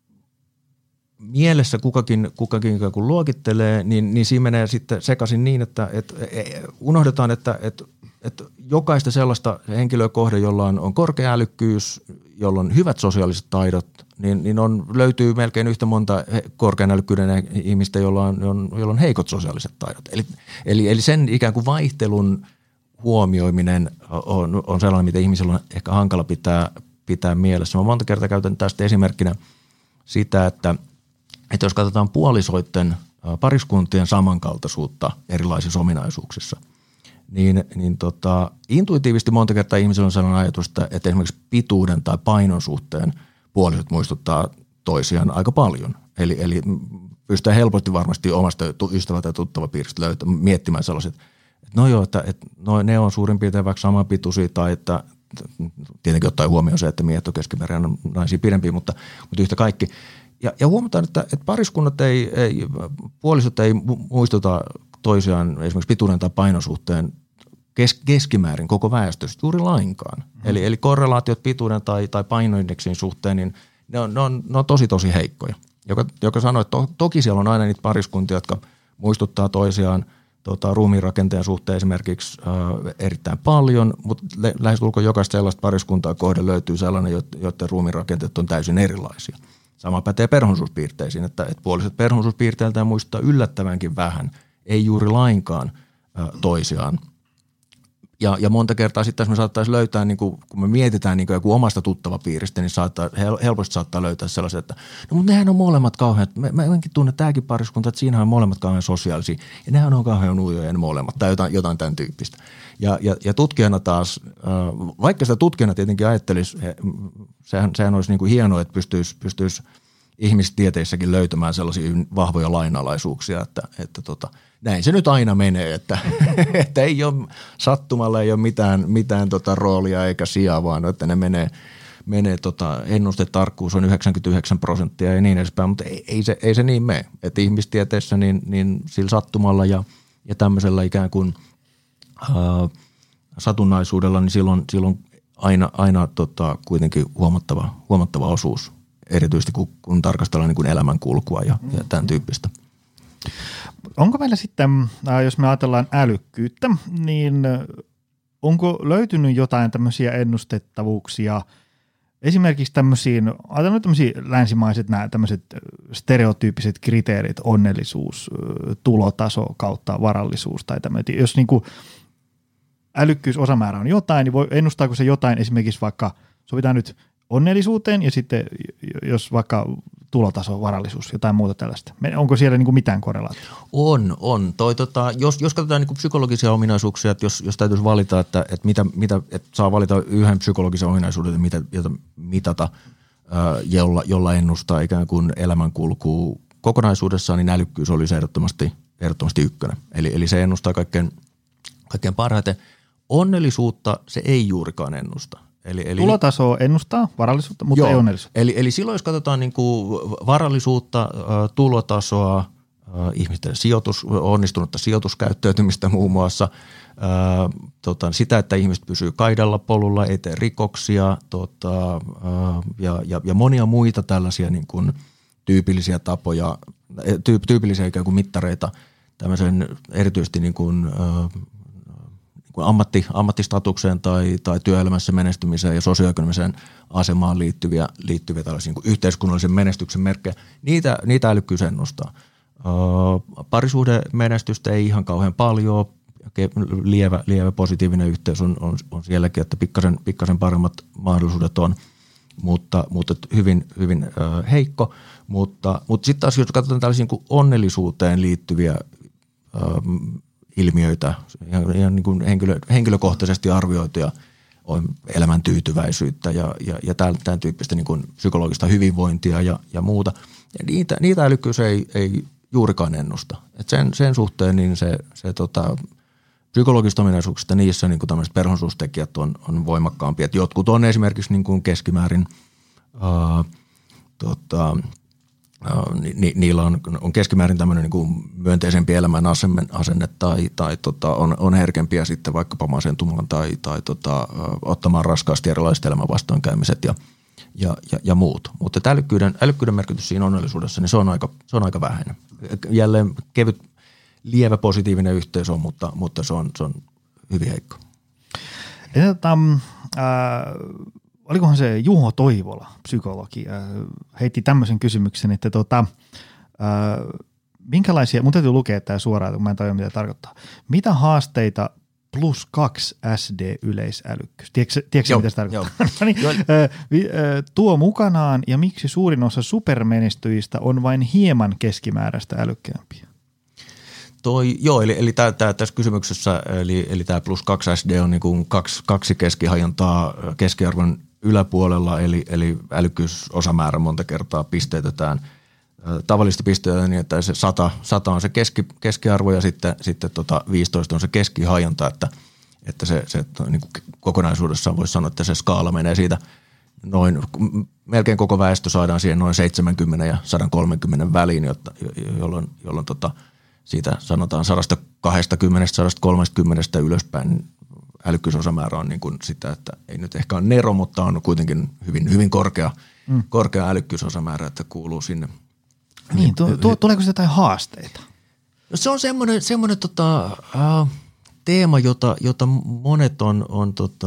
mielessä kukakin, kukakin ikään kuin luokittelee, niin, niin siinä menee sitten sekaisin niin, että, että unohdetaan, että, että, että jokaista sellaista henkilöä kohde, jolla on, on korkea älykkyys, jolla on hyvät sosiaaliset taidot, niin, niin on, löytyy melkein yhtä monta korkean älykkyyden ihmistä, jolla on, jolla on heikot sosiaaliset taidot. Eli, eli, eli sen ikään kuin vaihtelun huomioiminen on, on sellainen, mitä ihmisillä on ehkä hankala pitää pitää mielessä. Mä monta kertaa käytän tästä esimerkkinä sitä, että, että jos katsotaan puolisoiden pariskuntien samankaltaisuutta erilaisissa ominaisuuksissa, niin, niin tota, intuitiivisesti monta kertaa ihmisillä on sellainen ajatus, että, että esimerkiksi pituuden tai painon suhteen puolisot muistuttaa toisiaan aika paljon. Eli, eli pystytään helposti varmasti omasta ystävältä ja tuttavapiiristä löytämään, miettimään sellaiset, että no joo, että, että no, ne on suurin piirtein vaikka samanpituisia tai että tietenkin ottaen huomioon se, että miehet on keskimäärin naisia pidempiä, mutta, mutta yhtä kaikki. Ja, ja huomataan, että, että pariskunnat ei, ei, puolisot ei muistuta toisiaan esimerkiksi pituuden tai painon suhteen kes, keskimäärin koko väestöstä juuri lainkaan. Mm-hmm. Eli, eli korrelaatiot pituuden tai, tai painoindeksin suhteen, niin ne on, ne on, ne on tosi tosi heikkoja. Joka, joka sanoo, että to, toki siellä on aina niitä pariskuntia, jotka muistuttaa toisiaan Tota, ruumiinrakenteen suhteen esimerkiksi äh, erittäin paljon, mutta lä- lähestulkoon jokaista sellaista pariskuntaa kohde löytyy sellainen, joiden ruumiinrakenteet on täysin erilaisia. Sama pätee perhonsuuspiirteisiin, että, että puoliset perhonsuuspiirteiltään muistaa yllättävänkin vähän, ei juuri lainkaan äh, toisiaan. Ja, ja monta kertaa sitten, jos me saattaisi löytää, niin kuin, kun me mietitään niin kuin joku omasta tuttavapiiristä, niin saattaa, helposti saattaa löytää sellaiset, että no mutta nehän on molemmat kauhean, mä, mä enkin tunne tämäkin pariskunta, että siinähän on molemmat kauhean sosiaalisia, ja nehän on kauhean ujoja ne molemmat, tai jotain, jotain tämän tyyppistä. Ja, ja, ja tutkijana taas, vaikka sitä tutkijana tietenkin ajattelisi, sehän, sehän olisi niin kuin hienoa, että pystyisi, pystyisi ihmistieteissäkin löytämään sellaisia vahvoja lainalaisuuksia, että, että tota, näin se nyt aina menee, että, että ei ole sattumalla, ei ole mitään, mitään tota roolia eikä sijaa, vaan että ne menee, menee tota, ennustetarkkuus on yhdeksänkymmentäyhdeksän prosenttia ja niin edespäin, mutta ei, ei, se, ei se niin mene. Että ihmistieteessä niin, niin sillä sattumalla ja, ja tämmöisellä ikään kuin ää, satunnaisuudella, niin silloin, silloin aina, aina tota, kuitenkin huomattava, huomattava osuus, erityisesti kun, kun tarkastellaan niin kuin elämänkulkua ja, ja tämän tyyppistä.
Onko meillä sitten, jos me ajatellaan älykkyyttä, niin onko löytynyt jotain tämmöisiä ennustettavuuksia, esimerkiksi tämmöisiin, ajatellaan tämmöisiä länsimaiset nämä tämmöiset stereotyyppiset kriteerit, onnellisuus, tulotaso kautta varallisuus tai tämmöinen, jos niin kuin älykkyysosamäärä on jotain, niin voi, ennustaako se jotain esimerkiksi vaikka, sovitaan nyt onnellisuuteen ja sitten jos vaikka tulotaso, varallisuus, jotain muuta tällaista. Onko siellä niin kuin mitään korrelaatiota?
On, on. Toi, tota, jos, jos katsotaan niin kuin psykologisia ominaisuuksia, että jos, jos täytyisi valita, että, että, mitä, mitä, että saa valita yhden psykologisen ominaisuuden, mitä, jota mitata, ää, jolla, jolla ennustaa ikään kuin elämänkulkua kokonaisuudessaan, niin älykkyys olisi ehdottomasti, ehdottomasti ykkönen. Eli, eli se ennustaa kaikkein, kaikkein parhaiten. Onnellisuutta se ei juurikaan ennusta. Eli, eli,
tulotaso ennustaa varallisuutta, mutta
joo,
ei onnellisuutta.
Eli, eli silloin, jos katsotaan niin kuin varallisuutta, tulotasoa, ihmisten sijoitus, onnistunutta sijoituskäyttäytymistä muun muassa, ää, tota, sitä, että ihmiset pysyy kaidalla polulla, ei tee rikoksia tota, ää, ja, ja, ja monia muita tällaisia niin kuin tyypillisiä tapoja, tyyp, tyypillisiä ikään kuin mittareita tämmöisen erityisesti niin kuin, ää, niin kuin ammatti, ammattistatukseen tai, tai työelämässä menestymiseen ja sosioekonomiseen asemaan liittyviä, liittyviä tällaisia niin kuin yhteiskunnallisen menestyksen merkkejä, niitä, niitä älykkyys ennustaa. Uh, parisuhdemenestystä ei ihan kauhean paljon, lievä, lievä positiivinen yhteys on, on, on sielläkin, että pikkasen, pikkasen paremmat mahdollisuudet on, mutta, mutta hyvin, hyvin uh, heikko. Mutta, mutta sitten taas jos katsotaan tällaisia niin onnellisuuteen liittyviä uh, ilmiöitä, ihan, ihan niin kuin henkilö, henkilökohtaisesti arvioituja on elämän tyytyväisyyttä ja, ja, ja tämän, tämän tyyppistä niin kuin psykologista hyvinvointia ja, ja muuta. Ja niitä, niitä älykkyys ei, ei juurikaan ennusta. Et sen, sen suhteen niin se, se tota, psykologista ominaisuuksista niissä niin kuin tämmöiset perhonsuustekijät on, on voimakkaampia. Et jotkut on esimerkiksi niin kuin keskimäärin, ää, tota, ää, ni, ni, niillä on, on keskimäärin tämmöinen niin kuin myönteisempi elämän asenne, asenne tai, tai tota, on, on herkempiä sitten vaikkapa masentumaan tai, tai tota, ottamaan raskaasti erilaiset elämän vastoinkäymiset ja Ja, ja, ja muut. Mutta älykkyyden, älykkyyden merkitys siinä onnellisuudessa, niin se on aika, se on aika vähäinen. Jälleen kevyt, lievä positiivinen yhteys on, mutta, mutta se, on, se on hyvin heikko.
Ja, tota, äh, olikohan se Juho Toivola, psykologi, äh, heitti tämmöisen kysymyksen, että tota, äh, minkälaisia, mun täytyy lukea tämä suoraan, kun mä en tajua mitä tarkoittaa. Mitä haasteita plus kaksi S D-yleisälykkyys. Tiedätkö, tiedätkö mitä se tarkoittaa? no niin, tuo mukanaan ja miksi suurin osa supermenestyjistä on vain hieman keskimääräistä älykkäämpiä?
Toi, joo, eli, eli tää, tää, tässä kysymyksessä, eli, eli tämä plus kaksi S D on niin kuin kaksi, kaksi keskihajontaa keskiarvon yläpuolella, eli, eli älykkyysosamäärä monta kertaa pisteytetään tavallisesti pisteetään niin, että se sata, sata on se keski, keskiarvo ja sitten, sitten tota viisitoista on se keskihajonta, että, että se, se niin kuin kokonaisuudessaan voisi sanoa, että se skaala menee siitä noin, melkein koko väestö saadaan siihen noin seitsemänkymmentä ja sata kolmekymmentä väliin, jotta, jolloin, jolloin tota, siitä sanotaan sata kaksikymmentä, sata kolmekymmentä ylöspäin älykkyysosamäärä on niin kuin sitä, että ei nyt ehkä ole nero, mutta on kuitenkin hyvin, hyvin korkea, mm. korkea älykkyysosamäärä, että kuuluu sinne.
Niin, tu, tu, tuleeko se jotain haasteita?
No se on semmoinen, semmoinen tota, äh, teema, jota, jota monet on, on tota,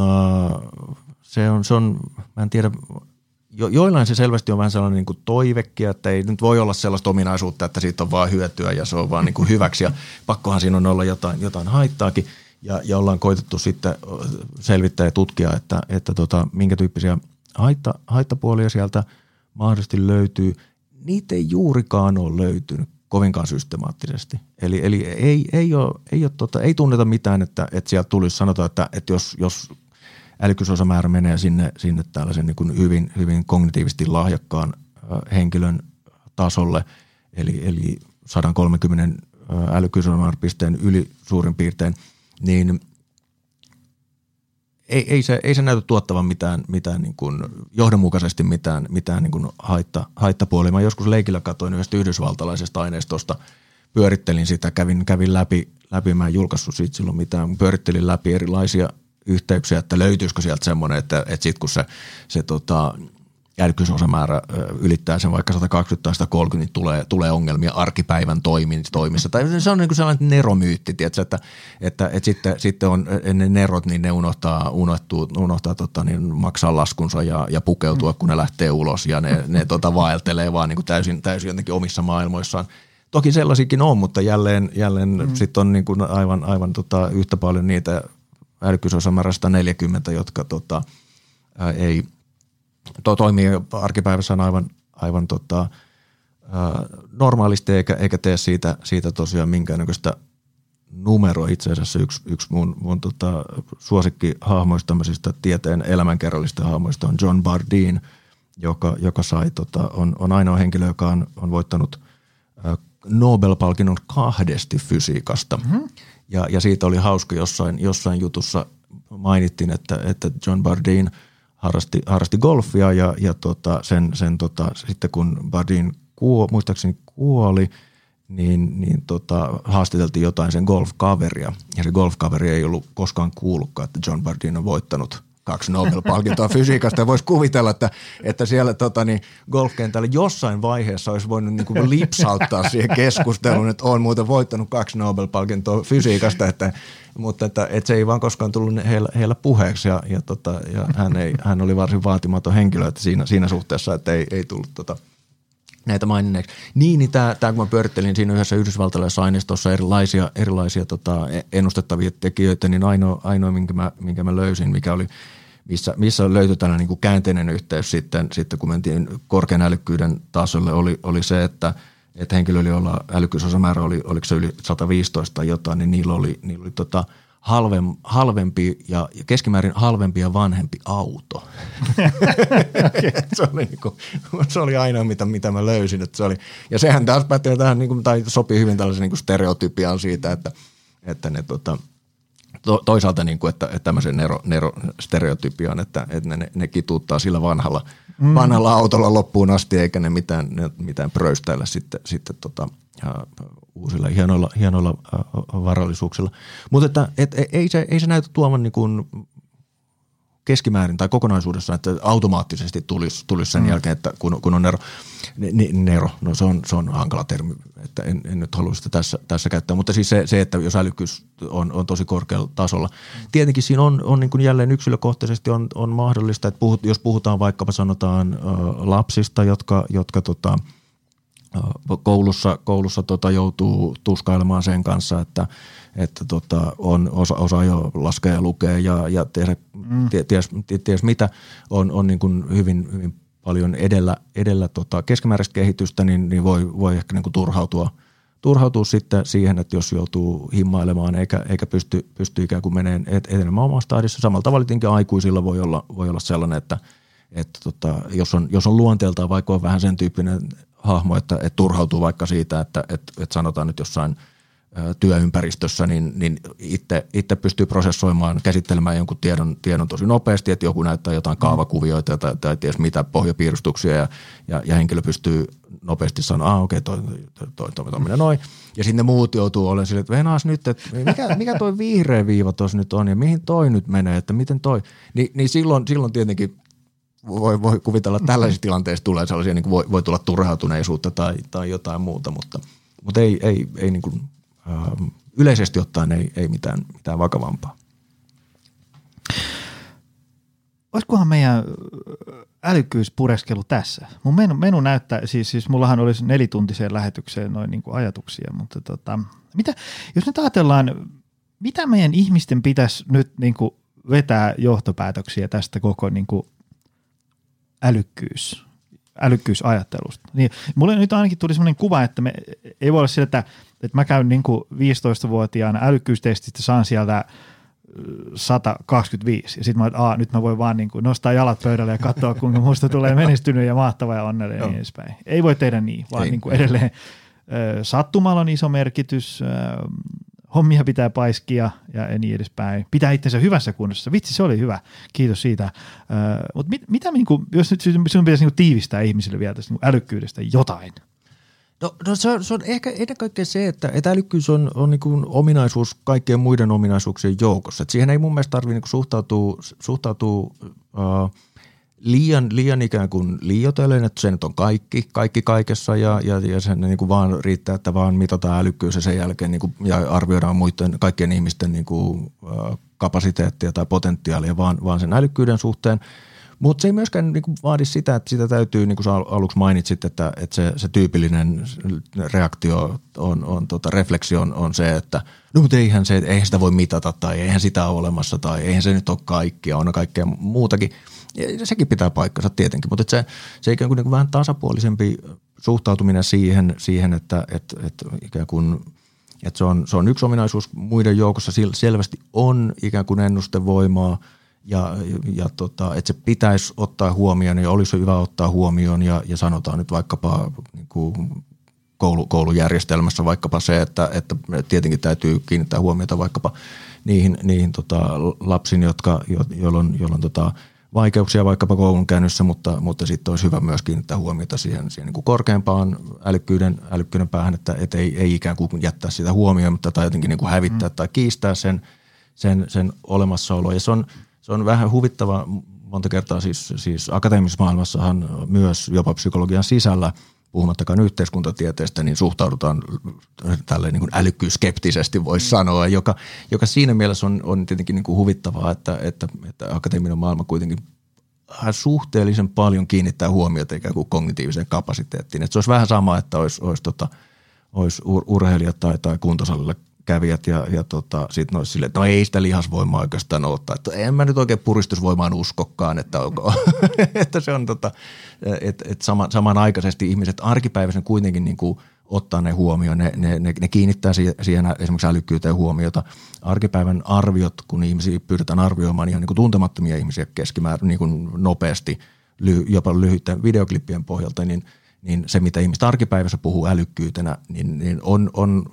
se on, se on, mä en tiedä, jo, joillain se selvästi on vähän sellainen niin kuin toivekin, että ei nyt voi olla sellaista ominaisuutta, että siitä on vaan hyötyä ja se on vaan niin kuin hyväksi ja pakkohan siinä on olla jotain, jotain haittaakin ja, ja ollaan koitettu sitten selvittää ja tutkia, että, että tota, minkä tyyppisiä haitta, haittapuolia sieltä mahdollisesti löytyy. Niitä ei juurikaan ole löytynyt kovinkaan systemaattisesti. Eli, eli ei, ei, ole, ei, ole, tota, ei tunneta mitään, että, että sieltä tulisi sanotaan, että, että jos, jos älykkyysosamäärä menee sinne, sinne tällaisen niin kuin hyvin, hyvin kognitiivisesti lahjakkaan henkilön tasolle, eli, eli sata kolmekymmentä älykkyysosamääräpisteen yli suurin piirtein, niin Ei, ei, se, ei se näytä tuottavan mitään, mitään niin kuin johdonmukaisesti mitään, mitään niin kuin haitta, haittapuolia. Mä joskus leikillä katsoin yhdestä yhdysvaltalaisesta aineistosta, pyörittelin sitä, kävin, kävin läpi, läpi, mä en julkaissut siitä silloin mitään, pyörittelin läpi erilaisia yhteyksiä, että löytyisikö sieltä semmoinen, että, että sitten kun se, se tota, älykkyysosamäärä ylittää sen vaikka sata kaksikymmentä tai sata kolmekymmentä, niin tulee, tulee ongelmia arkipäivän toimissa. Tai se on niin kuin sellainen neromyytti, tiedätkö, että, että, että sitten, sitten on ne nerot, niin ne unohtaa, unohtuu, unohtaa tota, niin maksaa laskunsa ja, ja pukeutua, mm. kun ne lähtee ulos ja ne, ne tota, vaeltelee vaan niin kuin täysin, täysin jotenkin omissa maailmoissaan. Toki sellaisikin on, mutta jälleen, jälleen mm. sitten on niin kuin aivan, aivan tota, yhtä paljon niitä älykkyysosamäärä sata neljäkymmentä, jotka tota, ää, ei Tuo toimii arkipäivässä aivan, aivan tota, ää, normaalisti eikä, eikä tee siitä, siitä tosiaan minkäännäköistä numeroa. Itse asiassa yksi, yksi mun, mun tota, suosikkihahmoista tämmöisistä tieteen elämänkerrallisista hahmoista on John Bardeen, joka, joka sai, tota, on, on ainoa henkilö, joka on, on voittanut ää, Nobel-palkinnon kahdesti fysiikasta. Mm-hmm. Ja, ja siitä oli hauska jossain, jossain jutussa mainittiin, että, että John Bardeen Harrasti, harrasti golfia ja, ja tota, sen, sen tota, sitten kun Bardeen kuo, muistaakseni kuoli, niin, niin tota, haastateltiin jotain sen golf-kaveria. Ja se golf-kaveri ei ollut koskaan kuullutkaan, että John Bardeen on voittanut kaksi Nobel-palkintoa fysiikasta. Ja voisi kuvitella, että, että siellä tota, niin golfkentällä jossain vaiheessa olisi voinut niin kuin lipsauttaa siihen keskusteluun, että on muuten voittanut kaksi Nobel-palkintoa fysiikasta, että, mutta että, että se ei vaan koskaan tullut heillä, heillä puheeksi. Ja, ja, tota, ja hän, ei, hän oli varsin vaatimaton henkilö että siinä, siinä suhteessa, että ei, ei tullut tota, näitä maininneeksi. Niin, niin tämä, tämä, kun mä pyörittelin siinä yhdessä yhdysvaltalaisessa aineistossa erilaisia, erilaisia tota, ennustettavia tekijöitä, niin ainoa, ainoa minkä, mä, minkä mä löysin, mikä oli, missä, missä löytyi tällainen niin kuin käänteinen yhteys sitten, sitten kun mentiin korkean älykkyyden tasolle, oli, oli se, että, että henkilöillä, joilla älykkyysosamäärä oli, oliko se yli sata viisitoista tai jotain, niin niillä oli, niillä oli tota, halvem, halvempi ja keskimäärin halvempi ja vanhempi auto. se, oli niinku, se oli ainoa, mitä, mitä mä löysin. Että se oli, ja sehän taas pätee tähän, niinku, tai sopii hyvin tällaisen niinku stereotypiaan siitä, että, että ne tota, to, toisaalta, niinku, että, että tämmöisen nero, nero stereotypiaan, että, että ne, ne kituuttaa sillä vanhalla, mm. vanhalla autolla loppuun asti, eikä ne mitään, ne, mitään pröystäillä sitten, sitten tota, ja uusilla hienoilla, hienoilla äh, varallisuuksilla. Mutta että et, ei, se, ei se näytä tuoman niin kuin keskimäärin tai kokonaisuudessaan, että automaattisesti tulisi, tulisi sen mm. jälkeen, että kun, kun on nero. Nero, no se on, se on hankala termi, että en, en nyt halua sitä tässä, tässä käyttää, mutta siis se, se että jos älykkyys on, on tosi korkealla tasolla. Tietenkin siinä on, on niin kuin jälleen yksilökohtaisesti on, on mahdollista, että puhut, jos puhutaan vaikkapa sanotaan ä, lapsista, jotka, jotka tota, koulussa, koulussa tota joutuu tuskailemaan sen kanssa, että, että tota on osa, osa jo laskea ja lukea ja, ja tehdä mm. ties, ties mitä on, on niin kuin hyvin, hyvin paljon edellä, edellä tota keskimääräistä kehitystä, niin, niin voi, voi ehkä niin kuin turhautua, turhautua sitten siihen, että jos joutuu himmailemaan eikä, eikä pysty, pysty ikään kuin meneen etenemään omassa tahdissa. Samalla tavalla tietenkin aikuisilla voi olla, voi olla sellainen, että, että tota, jos, on, jos on luonteeltaan vaikka on vähän sen tyyppinen hahmo, että, että turhautuu vaikka siitä, että, että, että sanotaan nyt jossain ä, työympäristössä, niin, niin itse, itse pystyy prosessoimaan, käsittelemään jonkun tiedon, tiedon tosi nopeasti, että joku näyttää jotain kaavakuvioita tai, tai ties mitä pohjapiirustuksia ja, ja, ja henkilö pystyy nopeasti sanoa, ah okei, okay, toi, toi, toi, toi menee noin. Ja sitten ne muut joutuu olemaan silleen, että venaas nyt, että mikä, mikä toi vihreä viiva tuossa nyt on ja mihin toi nyt menee, että miten toi. Ni, niin silloin, silloin tietenkin Voi, voi kuvitella, että tällaisissa tilanteissa tulee sellaisia, niin kuin voi, voi tulla turhautuneisuutta tai, tai jotain muuta, mutta, mutta ei, ei, ei niin kuin, äh, yleisesti ottaen ei, ei mitään, mitään vakavampaa.
Olisikohan meidän älykkyyspureskelu tässä? Mun menu, menu näyttää, siis, siis mullahan olisi nelituntiseen lähetykseen noin niin kuin ajatuksia, mutta tota, mitä, jos nyt ajatellaan, mitä meidän ihmisten pitäisi nyt niin kuin vetää johtopäätöksiä tästä koko niin kuin älykkyys, älykkyysajattelusta. Niin, mulle nyt ainakin tuli semmoinen kuva, että me ei voi olla sillä, että, että mä käyn niin kuin viisitoistavuotiaana älykkyystestistä, saan sieltä sata kaksikymmentäviisi ja sitten mä oon, nyt mä voin vaan niin kuin nostaa jalat pöydälle ja katsoa, kuinka musta tulee menestynyt ja mahtava ja onnellinen ja niin edespäin. Ei voi tehdä niin, vaan niin kuin edelleen sattumalla on iso merkitys, hommia pitää paiskia ja niin edespäin. Pitää itsensä hyvässä kunnossa. Vitsi, se oli hyvä. Kiitos siitä. Ö, mutta mit, mitä, niin kuin, jos nyt sinun pitäisi niin tiivistää ihmisille vielä tästä niin älykkyydestä jotain?
No, no se, on, se on ehkä ennen kaikkea se, että, että älykkyys on, on niin kuin ominaisuus kaikkien muiden ominaisuuksien joukossa. Et siihen ei mun mielestä tarvitse niin suhtautua, suhtautua uh, liian, liian ikään kuin liioitellen, että se nyt on kaikki, kaikki kaikessa ja, ja, ja sen niin kuin vaan riittää, että vaan mitataan älykkyys ja sen jälkeen niin kuin, ja arvioidaan muiden, kaikkien ihmisten niin kuin, uh, kapasiteettia tai potentiaalia vaan, vaan sen älykkyyden suhteen. Mutta se ei myöskään niin kuin vaadi sitä, että sitä täytyy, niin kuin sä aluksi mainitsit, että, että se, se tyypillinen reaktio on, on tota, refleksio on, on se, että no mutta eihän, se, eihän sitä voi mitata tai eihän sitä ole olemassa tai eihän se nyt ole kaikkia, on kaikkea muutakin. Ja sekin pitää paikkansa tietenkin, mutta se, se ikään kuin, niin kuin vähän tasapuolisempi suhtautuminen siihen, siihen että, että, että ikään kuin että se on, se on yksi ominaisuus muiden joukossa selvästi on ikään kuin ennustevoimaa. Ja, ja tota, että se pitäisi ottaa huomioon ja olisi hyvä ottaa huomioon ja, ja sanotaan nyt vaikkapa niin kuin koulu, koulujärjestelmässä vaikkapa se, että, että tietenkin täytyy kiinnittää huomiota vaikkapa niihin, niihin tota, lapsiin, jotka, jo, jolloin, jolloin tota, vaikeuksia vaikkapa koulunkäynnissä, mutta, mutta sitten olisi hyvä myös kiinnittää huomiota siihen, siihen niin kuin korkeampaan älykkyyden, älykkyyden päähän, että et ei, ei ikään kuin jättää sitä huomioimatta tai jotenkin niin kuin hävittää mm. tai kiistää sen, sen, sen olemassaoloa. Ja se on, se on vähän huvittava monta kertaa siis, siis akateemisessa maailmassahan myös jopa psykologian sisällä, puhumattakaan yhteiskuntatieteestä, niin suhtaudutaan tälleen niin kuin älykkyysskeptisesti, voisi sanoa, joka, joka siinä mielessä on, on tietenkin niin kuin huvittavaa, että, että, että akateeminen maailma kuitenkin suhteellisen paljon kiinnittää huomiota ikään kuin kognitiiviseen kapasiteettiin. Että se olisi vähän sama, että olisi, olisi, tota, olisi ur- urheilijat tai, tai kuntosalilla kävijät ja, ja tota, sitten olisi silleen, että no ei sitä lihasvoimaa oikeastaan ottaa. Että en mä nyt oikein puristusvoimaan uskokkaan, että, onko, että se on tota, että et sama, samanaikaisesti ihmiset arkipäiväisen kuitenkin niin kuin ottaa ne huomioon, ne, ne, ne, ne kiinnittää siihen esimerkiksi älykkyyteen huomiota. Arkipäivän arviot, kun ihmisiä pyydetään arvioimaan ihan niin kuin tuntemattomia ihmisiä keskimäärin niin kuin nopeasti, lyhy, jopa lyhyiden videoklippien pohjalta, niin, niin se mitä ihmiset arkipäivässä puhuu älykkyytenä, niin, niin on, on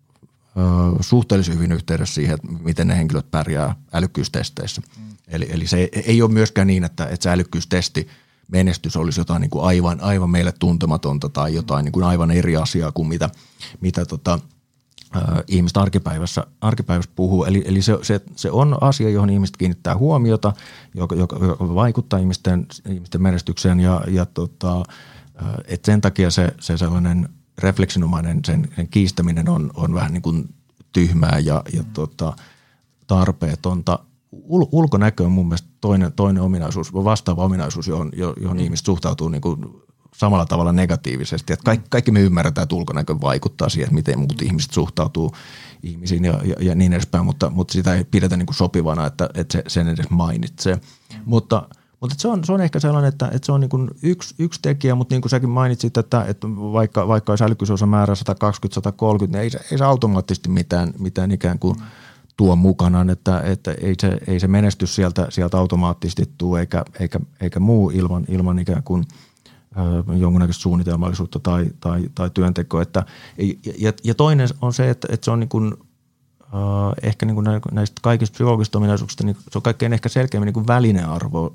suhteellisen hyvin yhteydessä siihen, että miten ne henkilöt pärjää älykkyystesteissä. Mm. Eli, eli se ei ole myöskään niin, että, että se älykkyystesti menestys olisi jotain niin kuin aivan, aivan meille tuntematonta tai jotain niin kuin aivan eri asiaa kuin mitä, mitä tota, äh, ihmiset arkipäivässä, arkipäivässä puhuu. Eli, eli se, se, se on asia, johon ihmiset kiinnittää huomiota, joka, joka, joka vaikuttaa ihmisten, ihmisten menestykseen ja, ja tota, äh, et sen takia se, se sellainen refleksinomainen sen, sen kiistäminen on, on vähän niin kuin tyhmää ja, ja tota, tarpeetonta. Ul, ulkonäkö on mun mielestä toinen, toinen ominaisuus, vastaava ominaisuus, johon, johon mm. ihmiset suhtautuu niin kuin samalla tavalla negatiivisesti. Että kaikki, kaikki me ymmärretään, että ulkonäkö vaikuttaa siihen, että miten muut ihmiset suhtautuu ihmisiin ja, ja, ja niin edespäin, mutta, mutta sitä ei pidetä niin kuin sopivana, että, että se, sen edes mainitsee. Mm. Mutta Mutta se on, se on ehkä sellainen, että, että se on niin kuin yksi, yksi tekijä, mutta niin kuin säkin mainitsit, että, että vaikka, vaikka olisi älykkyysosa määrä sata kaksikymmentä sata kolmekymmentä, niin ei se, ei se automaattisesti mitään, mitään ikään kuin mm. tuo mukanaan, että, että ei, se, ei se menestys sieltä, sieltä automaattisesti tule eikä, eikä, eikä muu ilman, ilman ikään kuin äh, jonkunnäköistä suunnitelmallisuutta tai, tai, tai työntekoa. Että, ja, ja toinen on se, että, että se on niin kuin, äh, ehkä niin kuin näistä kaikista psykologisista ominaisuuksista, niin se on kaikkein ehkä selkeämmin niin kuin välinearvo,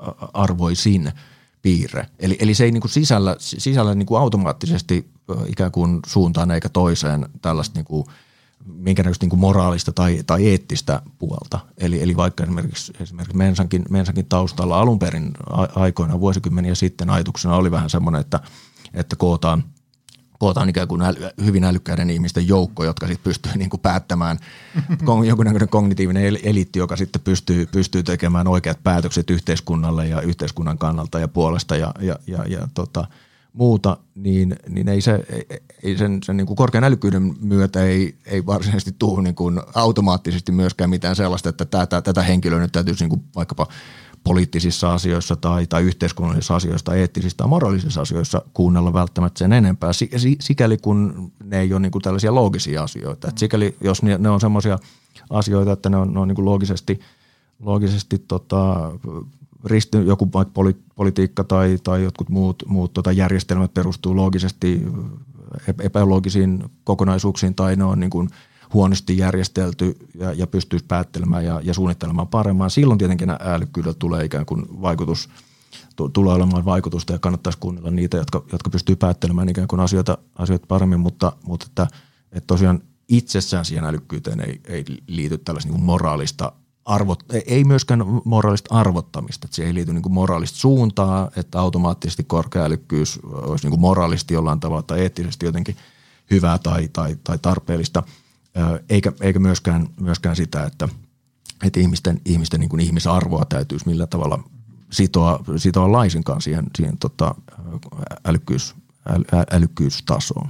arvoisin piirre. Eli, eli se ei niin kuin sisällä, sisällä niin kuin automaattisesti ikään kuin suuntaan eikä toiseen tällaista niin kuin, minkä näköistä niin kuin moraalista tai, tai eettistä puolta. Eli, eli vaikka esimerkiksi, esimerkiksi Mensankin, Mensankin taustalla alun perin aikoina vuosikymmeniä sitten ajatuksena oli vähän semmoinen, että, että kootaan kootaan ikään kuin äly, hyvin älykkäiden ihmisten joukko, jotka sitten pystyy niin kuin päättämään, jonkunnäköinen kognitiivinen eliitti, joka sitten pystyy, pystyy tekemään oikeat päätökset yhteiskunnalle ja yhteiskunnan kannalta ja puolesta ja, ja, ja, ja tota, muuta, niin, niin ei, se, ei, ei sen, sen niin kuin korkean älykkyyden myötä ei, ei varsinaisesti tule niin kuin automaattisesti myöskään mitään sellaista, että tätä, tätä henkilöä nyt täytyisi niin kuin vaikkapa poliittisissa asioissa tai, tai yhteiskunnallisissa asioissa tai eettisissä tai moraalisissa asioissa kuunnella välttämättä sen enempää, sikäli kun ne ei ole niin kuin tällaisia loogisia asioita. Et sikäli, jos ne, ne on semmoisia asioita, että ne on, ne on niin kuin loogisesti, loogisesti tota, risty, joku vaikka poli, politiikka tai, tai jotkut muut, muut tota järjestelmät perustuu loogisesti epäloogisiin kokonaisuuksiin tai ne on niin kuin huonosti järjestelty ja, ja pystyisi päättelemään ja, ja suunnittelemaan paremmin. Silloin tietenkin älykkyydellä tulee ikään kuin vaikutus, tulee olemaan vaikutusta ja kannattaisi kuunnella niitä, jotka, jotka pystyy päättelemään ikään kuin asioita, asioita paremmin, mutta, mutta että, että tosiaan itsessään siihen älykkyyteen ei, ei liity tällaista niin kuin moraalista arvot, ei myöskään moraalista arvottamista, että siihen ei liity niin kuin moraalista suuntaa, että automaattisesti korkea älykkyys olisi niin kuin moraalisesti jollain tavalla tai eettisesti jotenkin hyvää tai, tai, tai tarpeellista. Eikä, eikä myöskään, myöskään sitä, että, että ihmisten, ihmisten niin kuin ihmisarvoa täytyisi millä tavalla sitoa, sitoa laisinkaan siihen, siihen tota, älykkyys, äly, älykkyystasoon.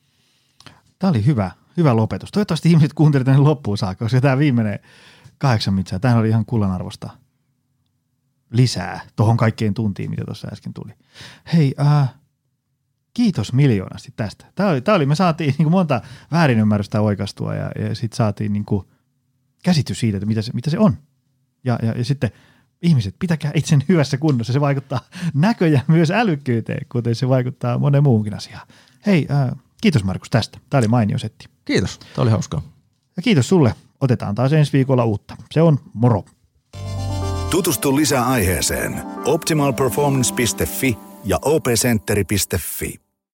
Tämä oli hyvä, hyvä lopetus. Toivottavasti ihmiset kuuntelivat tänne loppuun saakka, koska tämä viimeinen kahdeksan mitsaa, tämä oli ihan kullanarvosta lisää tuohon kaikkeen tuntiin, mitä tuossa äsken tuli. Hei, äh, kiitos miljoonasti tästä. Tämä oli, tämä oli me saatiin niin kuin monta väärinymmärrystä oikaistua ja, ja sitten saatiin niin kuin käsitys siitä, että mitä se, mitä se on. Ja, ja, ja sitten ihmiset, pitäkää itsen hyvässä kunnossa. Se vaikuttaa näköjään myös älykkyyteen, kuten se vaikuttaa monen muuhunkin asiaan. Hei, äh, kiitos Markus tästä. Tämä oli mainio setti.
Kiitos, tämä oli hauskaa.
Ja kiitos sulle. Otetaan taas ensi viikolla uutta. Se on moro.
Tutustu lisää aiheeseen optimal performance piste fi ja o p centeri piste fi.